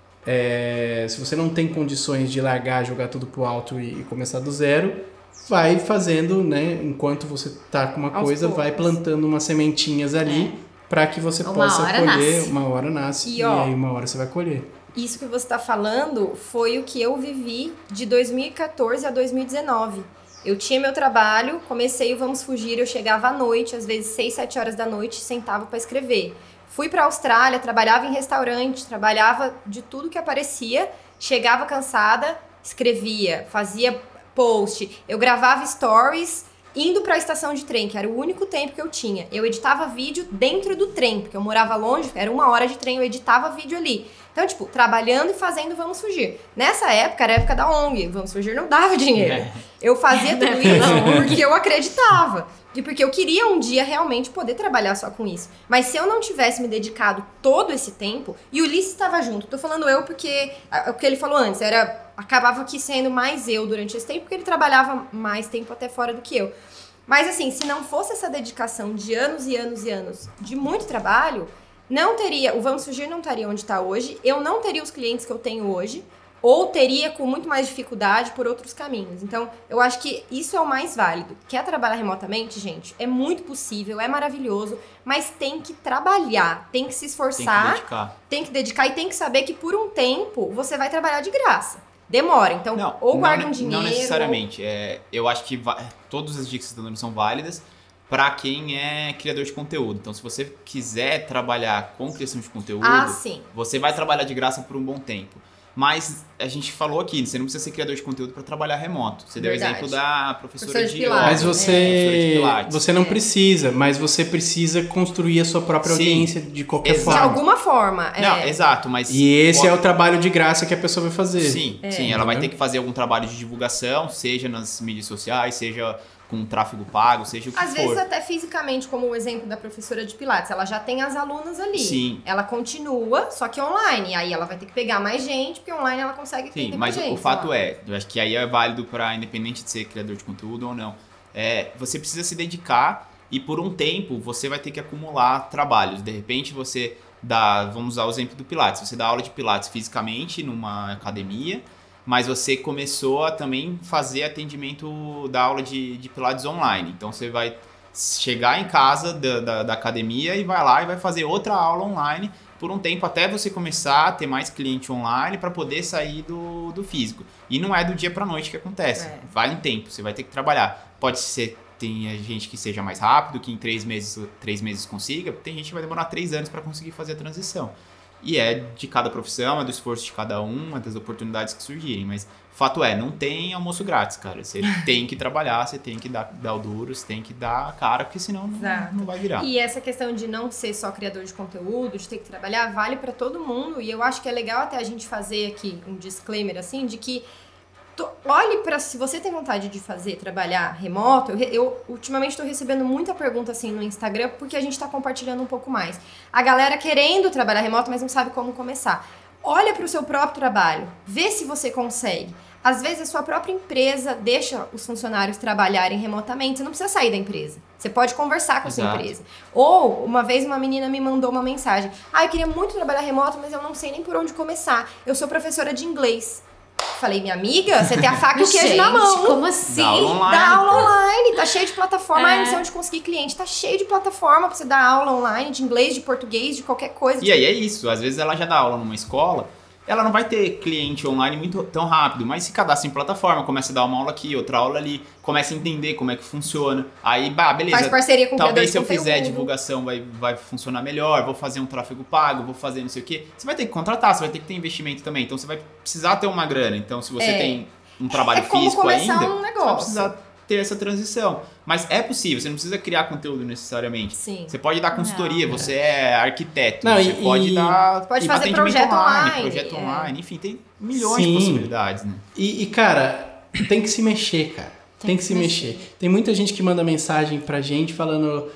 é se você não tem condições de largar, jogar tudo pro alto e, e começar do zero, vai fazendo, né, enquanto você tá com uma Aos coisa, poucos. vai plantando umas sementinhas ali, É. para que você Uma possa hora colher, nasce. uma hora nasce, E, e, ó, aí uma hora você vai colher. Isso que você está falando foi o que eu vivi de dois mil e quatorze a dois mil e dezenove. Eu tinha meu trabalho, comecei o Vamos Fugir, eu chegava à noite, às vezes seis, sete horas da noite, sentava para escrever. Fui para a Austrália, trabalhava em restaurante, trabalhava de tudo que aparecia, chegava cansada, escrevia, fazia post, eu gravava stories indo para a estação de trem, que era o único tempo que eu tinha. Eu editava vídeo dentro do trem, porque eu morava longe, era uma hora de trem, eu editava vídeo ali. Então, tipo, trabalhando e fazendo Vamos Fugir. Nessa época, era a época da O N G, Vamos Fugir não dava dinheiro. É. Eu fazia tudo isso porque eu acreditava. E porque eu queria um dia realmente poder trabalhar só com isso. Mas se eu não tivesse me dedicado todo esse tempo, e o Ulisses estava junto, tô falando eu porque o que ele falou antes, era acabava aqui sendo mais eu durante esse tempo, porque ele trabalhava mais tempo até fora do que eu. Mas assim, se não fosse essa dedicação de anos e anos e anos de muito trabalho, não teria, o Vamos Fugir não estaria onde está hoje, eu não teria os clientes que eu tenho hoje, ou teria com muito mais dificuldade por outros caminhos. Então, eu acho que isso é o mais válido. Quer trabalhar remotamente, gente? É muito possível, é maravilhoso, mas tem que trabalhar, tem que se Tem que esforçar, dedicar. tem que dedicar e tem que saber que por um tempo você vai trabalhar de graça. Demora, então Não, ou não guarda ne- um dinheiro... Não necessariamente. É, eu acho que va- todas as dicas que você está dando são válidas para quem é criador de conteúdo. Então, se você quiser trabalhar com criação de conteúdo, Ah, sim. você vai trabalhar de graça por um bom tempo. Mas a gente falou aqui, você não precisa ser criador de conteúdo para trabalhar remoto. Você deu o Verdade. exemplo da professora Professora de de Pilates. yoga, Mas professora de você, Pilates. você não É. precisa, mas você precisa construir a sua própria Sim. audiência de qualquer Exato. De forma. alguma forma. Não, é. exato, mas... E esse é o trabalho de graça que a pessoa vai fazer. Sim, É. sim, ela vai Entendeu? ter que fazer algum trabalho de divulgação, seja nas mídias sociais, seja com tráfego pago, seja o que Às for. vezes até fisicamente, como o exemplo da professora de Pilates, ela já tem as alunas ali. Sim. Ela continua, só que online. Aí ela vai ter que pegar mais gente, porque online ela consegue Sim, atender mas mais o gente, fato sei lá. é, eu acho que aí é válido para independente de ser criador de conteúdo ou não. É, você precisa se dedicar e por um tempo você vai ter que acumular trabalhos. De repente você dá, vamos usar o exemplo do Pilates, você dá aula de Pilates fisicamente numa academia, mas você começou a também fazer atendimento da aula de, de Pilates online. Então você vai chegar em casa da, da, da academia e vai lá e vai fazer outra aula online por um tempo até você começar a ter mais cliente online para poder sair do, do físico. E não é do dia para noite que acontece. É. Vai um tempo, você vai ter que trabalhar. Pode ser, tem gente que seja mais rápido, que em três meses, três meses consiga. Tem gente que vai demorar três anos para conseguir fazer a transição. E é de cada profissão, é do esforço de cada um, é das oportunidades que surgirem. Mas fato é, não tem almoço grátis, cara. Você tem que trabalhar, você tem que dar, dar o duro, você tem que dar a cara, porque senão não, Exato. não vai virar. E essa questão de não ser só criador de conteúdo, de ter que trabalhar, vale pra todo mundo. E eu acho que é legal até a gente fazer aqui um disclaimer assim, de que to- olhe pra, se você tem vontade de fazer, trabalhar remoto, eu, re- eu ultimamente tô recebendo muita pergunta assim no Instagram, porque a gente tá compartilhando um pouco mais. A galera querendo trabalhar remoto, mas não sabe como começar. Olha pro seu próprio trabalho, vê se você consegue. Às vezes a sua própria empresa deixa os funcionários trabalharem remotamente, você não precisa sair da empresa. Você pode conversar com a sua Exato. empresa. Ou, uma vez uma menina me mandou uma mensagem. Ah, eu queria muito trabalhar remoto, mas eu não sei nem por onde começar. Eu sou professora de inglês. Falei, minha amiga, você tem a faca e o queijo na Gente, mão. como assim? Dá aula online. Dá aula online, tá cheio de plataforma. É. Ai, não sei onde conseguir cliente. Tá cheio de plataforma pra você dar aula online, de inglês, de português, de qualquer coisa. E aí é isso, às vezes ela já dá aula numa escola, ela não vai ter cliente online muito tão rápido, mas se cadastra em plataforma, começa a dar uma aula aqui, outra aula ali, começa a entender como é que funciona. Aí, bah, beleza. Faz parceria com Talvez criador se eu de conteúdo. fizer divulgação vai, vai funcionar melhor, vou fazer um tráfego pago, vou fazer não sei o quê. Você vai ter que contratar, você vai ter que ter investimento também. Então você vai precisar ter uma grana. Então se você É. tem um trabalho É como físico começar ainda, um você vai negócio. precisar ter essa transição. Mas é possível, você não precisa criar conteúdo necessariamente. Sim. Você pode dar consultoria, Não. você é arquiteto, Não, você e- pode e- dar Pode ir fazer pra atendimento projeto online, projeto é. online, enfim, tem milhões Sim. de possibilidades, né? E, e, cara, tem que se mexer, cara. Tem, que, se mexer. Tem muita gente que manda mensagem pra gente falando...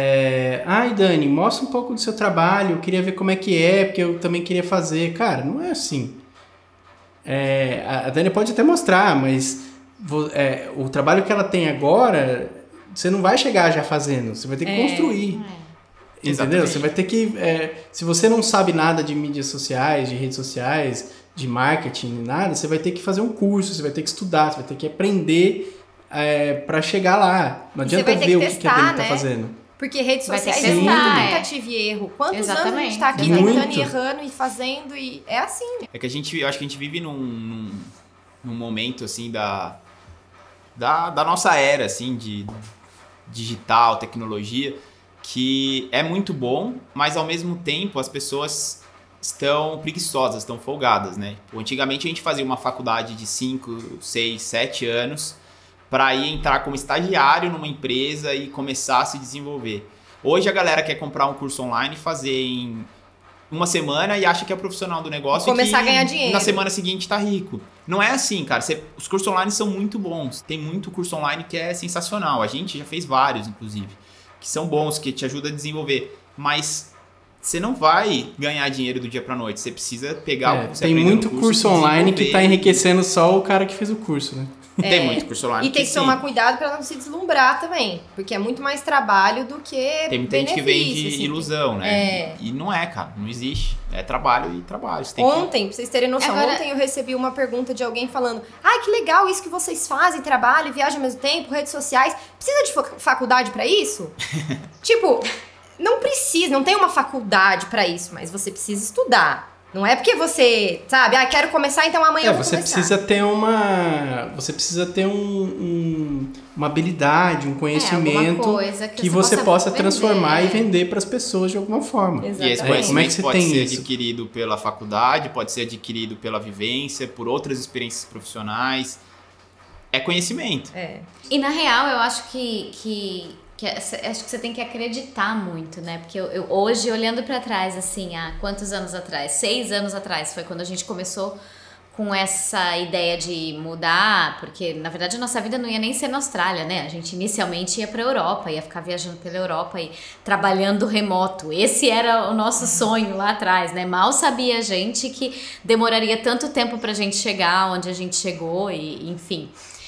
É, ai, Dani, mostra um pouco do seu trabalho, eu queria ver como é que é, porque eu também queria fazer. Cara, não é assim. é, a Dani pode até mostrar, mas vo, é, o trabalho que ela tem agora, você não vai chegar já fazendo, você vai ter que é, construir. É. Entendeu? Exatamente. Você vai ter que... É, se você não sabe nada de mídias sociais, de redes sociais, de marketing, nada, você vai ter que fazer um curso, você vai ter que estudar, você vai ter que aprender é, para chegar lá. Não adianta ver o que, testar, que a Dani tá né? fazendo. Porque redes sociais é muito tentativa e erro. Quantos Exatamente. anos a gente tá aqui muito. tentando e errando e fazendo e é assim. É que a gente, eu acho que a gente vive num, num, num momento assim da, da, da nossa era assim de digital, tecnologia, que é muito bom, mas ao mesmo tempo as pessoas estão preguiçosas, estão folgadas, né? Antigamente a gente fazia uma faculdade de cinco, seis, sete anos para ir entrar como estagiário numa empresa e começar a se desenvolver. Hoje a galera quer comprar um curso online e fazer em uma semana e acha que é profissional do negócio começar e que a ganhar dinheiro. Na semana seguinte tá rico. Não é assim, cara. Você, os cursos online são muito bons. Tem muito curso online que é sensacional. A gente já fez vários, inclusive, que são bons, que te ajudam a desenvolver. Mas você não vai ganhar dinheiro do dia pra noite. Você precisa pegar é, o que você tem muito curso, curso online que tá enriquecendo só o cara que fez o curso, né? É, tem muito curso online. E tem que, que tomar cuidado para não se deslumbrar também. Porque é muito mais trabalho do que tem muita gente que vende assim. ilusão, né? É. E não é, cara. Não existe. É trabalho e trabalho. Você tem ontem, que... pra vocês terem noção, Agora... ontem eu recebi uma pergunta de alguém falando: ai, que legal isso que vocês fazem, trabalho, viagem ao mesmo tempo, redes sociais. Precisa de faculdade para isso? Tipo, não precisa, não tem uma faculdade para isso, mas você precisa estudar. Não é porque você, sabe, ah, quero começar, então amanhã é, eu vou você começar. Precisa ter uma, você precisa ter um, um, uma habilidade, um conhecimento é, que, que você, você possa vender. transformar e vender para as pessoas de alguma forma. Exatamente. E esse conhecimento é, como é que você pode tem ser isso? adquirido pela faculdade, pode ser adquirido pela vivência, por outras experiências profissionais. É conhecimento. É. E na real, eu acho que... que... Que acho que você tem que acreditar muito, né? Porque eu, eu hoje, olhando pra trás, assim, há quantos anos atrás? Seis anos atrás foi quando a gente começou com essa ideia de mudar, porque na verdade a nossa vida não ia nem ser na Austrália, né? A gente inicialmente ia pra Europa, ia ficar viajando pela Europa e trabalhando remoto. Esse era o nosso sonho lá atrás, né? Mal sabia a gente que demoraria tanto tempo pra gente chegar onde a gente chegou e enfim...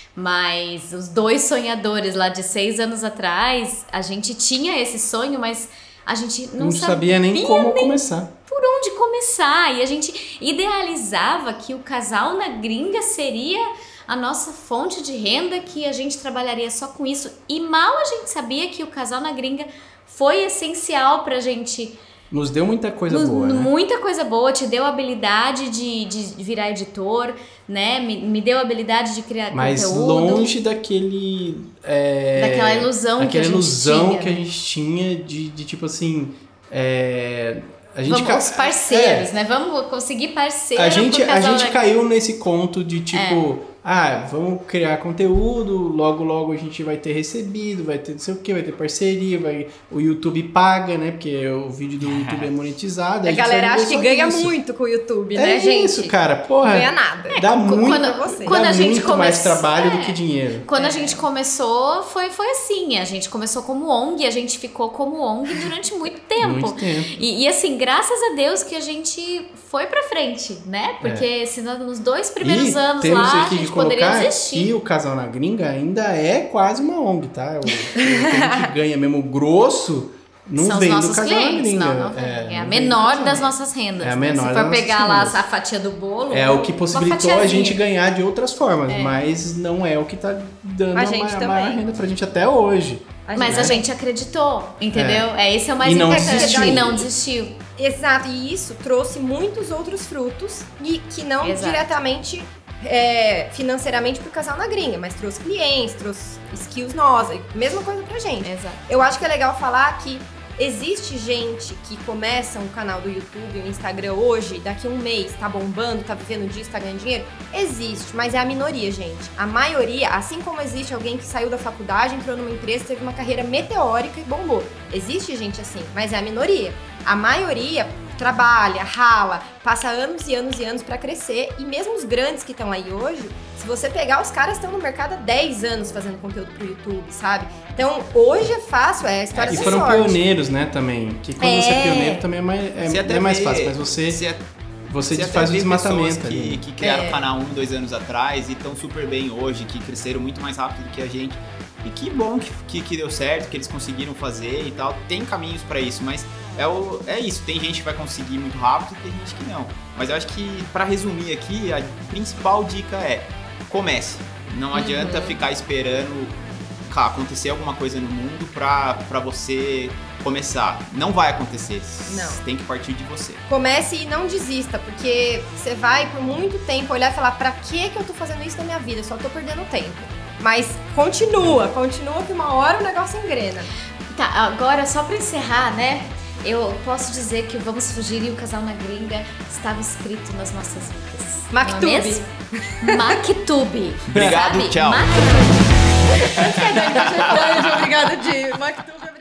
Mas os dois sonhadores lá de seis anos atrás, a gente tinha esse sonho, mas a gente não, não sabia, sabia nem como nem começar. Por onde começar. E a gente idealizava que o casal na gringa seria a nossa fonte de renda, que a gente trabalharia só com isso. E mal a gente sabia que o casal na gringa foi essencial pra gente... Nos deu muita coisa Nos, boa, né? Muita coisa boa, te deu a habilidade de, de virar editor, né? Me, me deu a habilidade de criar Mas conteúdo. Mas longe daquele... É, daquela ilusão que a gente ilusão tinha. que a gente tinha de, de tipo assim... É, a gente Vamos ca... os parceiros, é, né? Vamos conseguir parceiro a gente, pro casal a gente da... caiu nesse conto de tipo... É. Ah, vamos criar conteúdo, logo logo a gente vai ter recebido, vai ter não sei o que, vai ter parceria, vai, o YouTube paga, né? Porque o vídeo do YouTube é monetizado. A, a galera acha que ganha isso. muito com o YouTube, né, é gente? É isso, cara. Porra. Não ganha nada. Dá é, muito, quando, dá quando a gente muito come... mais trabalho é. do que dinheiro. Quando é. a gente começou, foi, foi assim. A gente começou como O N G, a gente ficou como O N G durante muito tempo. Muito tempo. E, e assim, graças a Deus que a gente foi pra frente, né? Porque É. senão nos dois primeiros E anos temos lá, a aqui gente que poderia colocar desistir. que o Casal na Gringa ainda é quase uma O N G, tá? O, o que a gente ganha mesmo grosso não São vem os do nossos Casal clientes, na Gringa. não, não vem. É, É a não vem menor do das Casal. nossas rendas. É a né? menor Se das for pegar nossas lá a fatia do bolo. É o que possibilitou a gente ganhar de outras formas, É. mas não é o que tá dando A a, gente ma- a também. maior renda pra gente até hoje. A Mas gente- a gente acreditou, entendeu? É, esse é o mais E não importante. desistiu. E não desistiu. Exato, e isso trouxe muitos outros frutos e que não Exato. diretamente é, financeiramente pro casal na gringa, mas trouxe clientes, trouxe skills novas, mesma coisa pra gente. Exato. Eu acho que é legal falar que existe gente que começa um canal do YouTube, um Instagram hoje, daqui a um mês tá bombando, tá vivendo disso, tá ganhando dinheiro. Existe, mas é a minoria, gente. A maioria, assim como existe alguém que saiu da faculdade, entrou numa empresa, teve uma carreira meteórica e bombou. Existe gente assim, mas é a minoria. A maioria trabalha, rala, passa anos e anos e anos pra crescer. E mesmo os grandes que estão aí hoje, se você pegar, os caras estão no mercado há dez anos fazendo conteúdo pro YouTube, sabe? Então, hoje é fácil, é a história E da foram sorte. pioneiros, né, também. Que quando É. você é pioneiro também é mais, é, Você até é mais vê- fácil, mas você... você Você, Você faz o até vê desmatamento pessoas ali. que, que criaram É. o canal um, dois anos atrás e estão super bem hoje, que cresceram muito mais rápido do que a gente. E que bom que, que, que deu certo, que eles conseguiram fazer e tal. Tem caminhos pra isso, mas é, o, é isso. Tem gente que vai conseguir muito rápido e tem gente que não. Mas eu acho que, pra resumir aqui, a principal dica é: comece. Não Uhum. adianta ficar esperando acontecer alguma coisa no mundo pra, pra você começar. Não vai acontecer. Não. Tem que partir de você. Comece e não desista, porque você vai por muito tempo olhar e falar, pra que que eu tô fazendo isso na minha vida? Eu só tô perdendo tempo. Mas continua, continua que uma hora o negócio engrena. Tá, agora só pra encerrar, né? Eu posso dizer que o Vamos Fugir e o Casal na Gringa estava escrito nas nossas vidas. Maktub. Não é mesmo? Maktub. Obrigado, Sabe? tchau. Maktub. Obrigada de Maktub.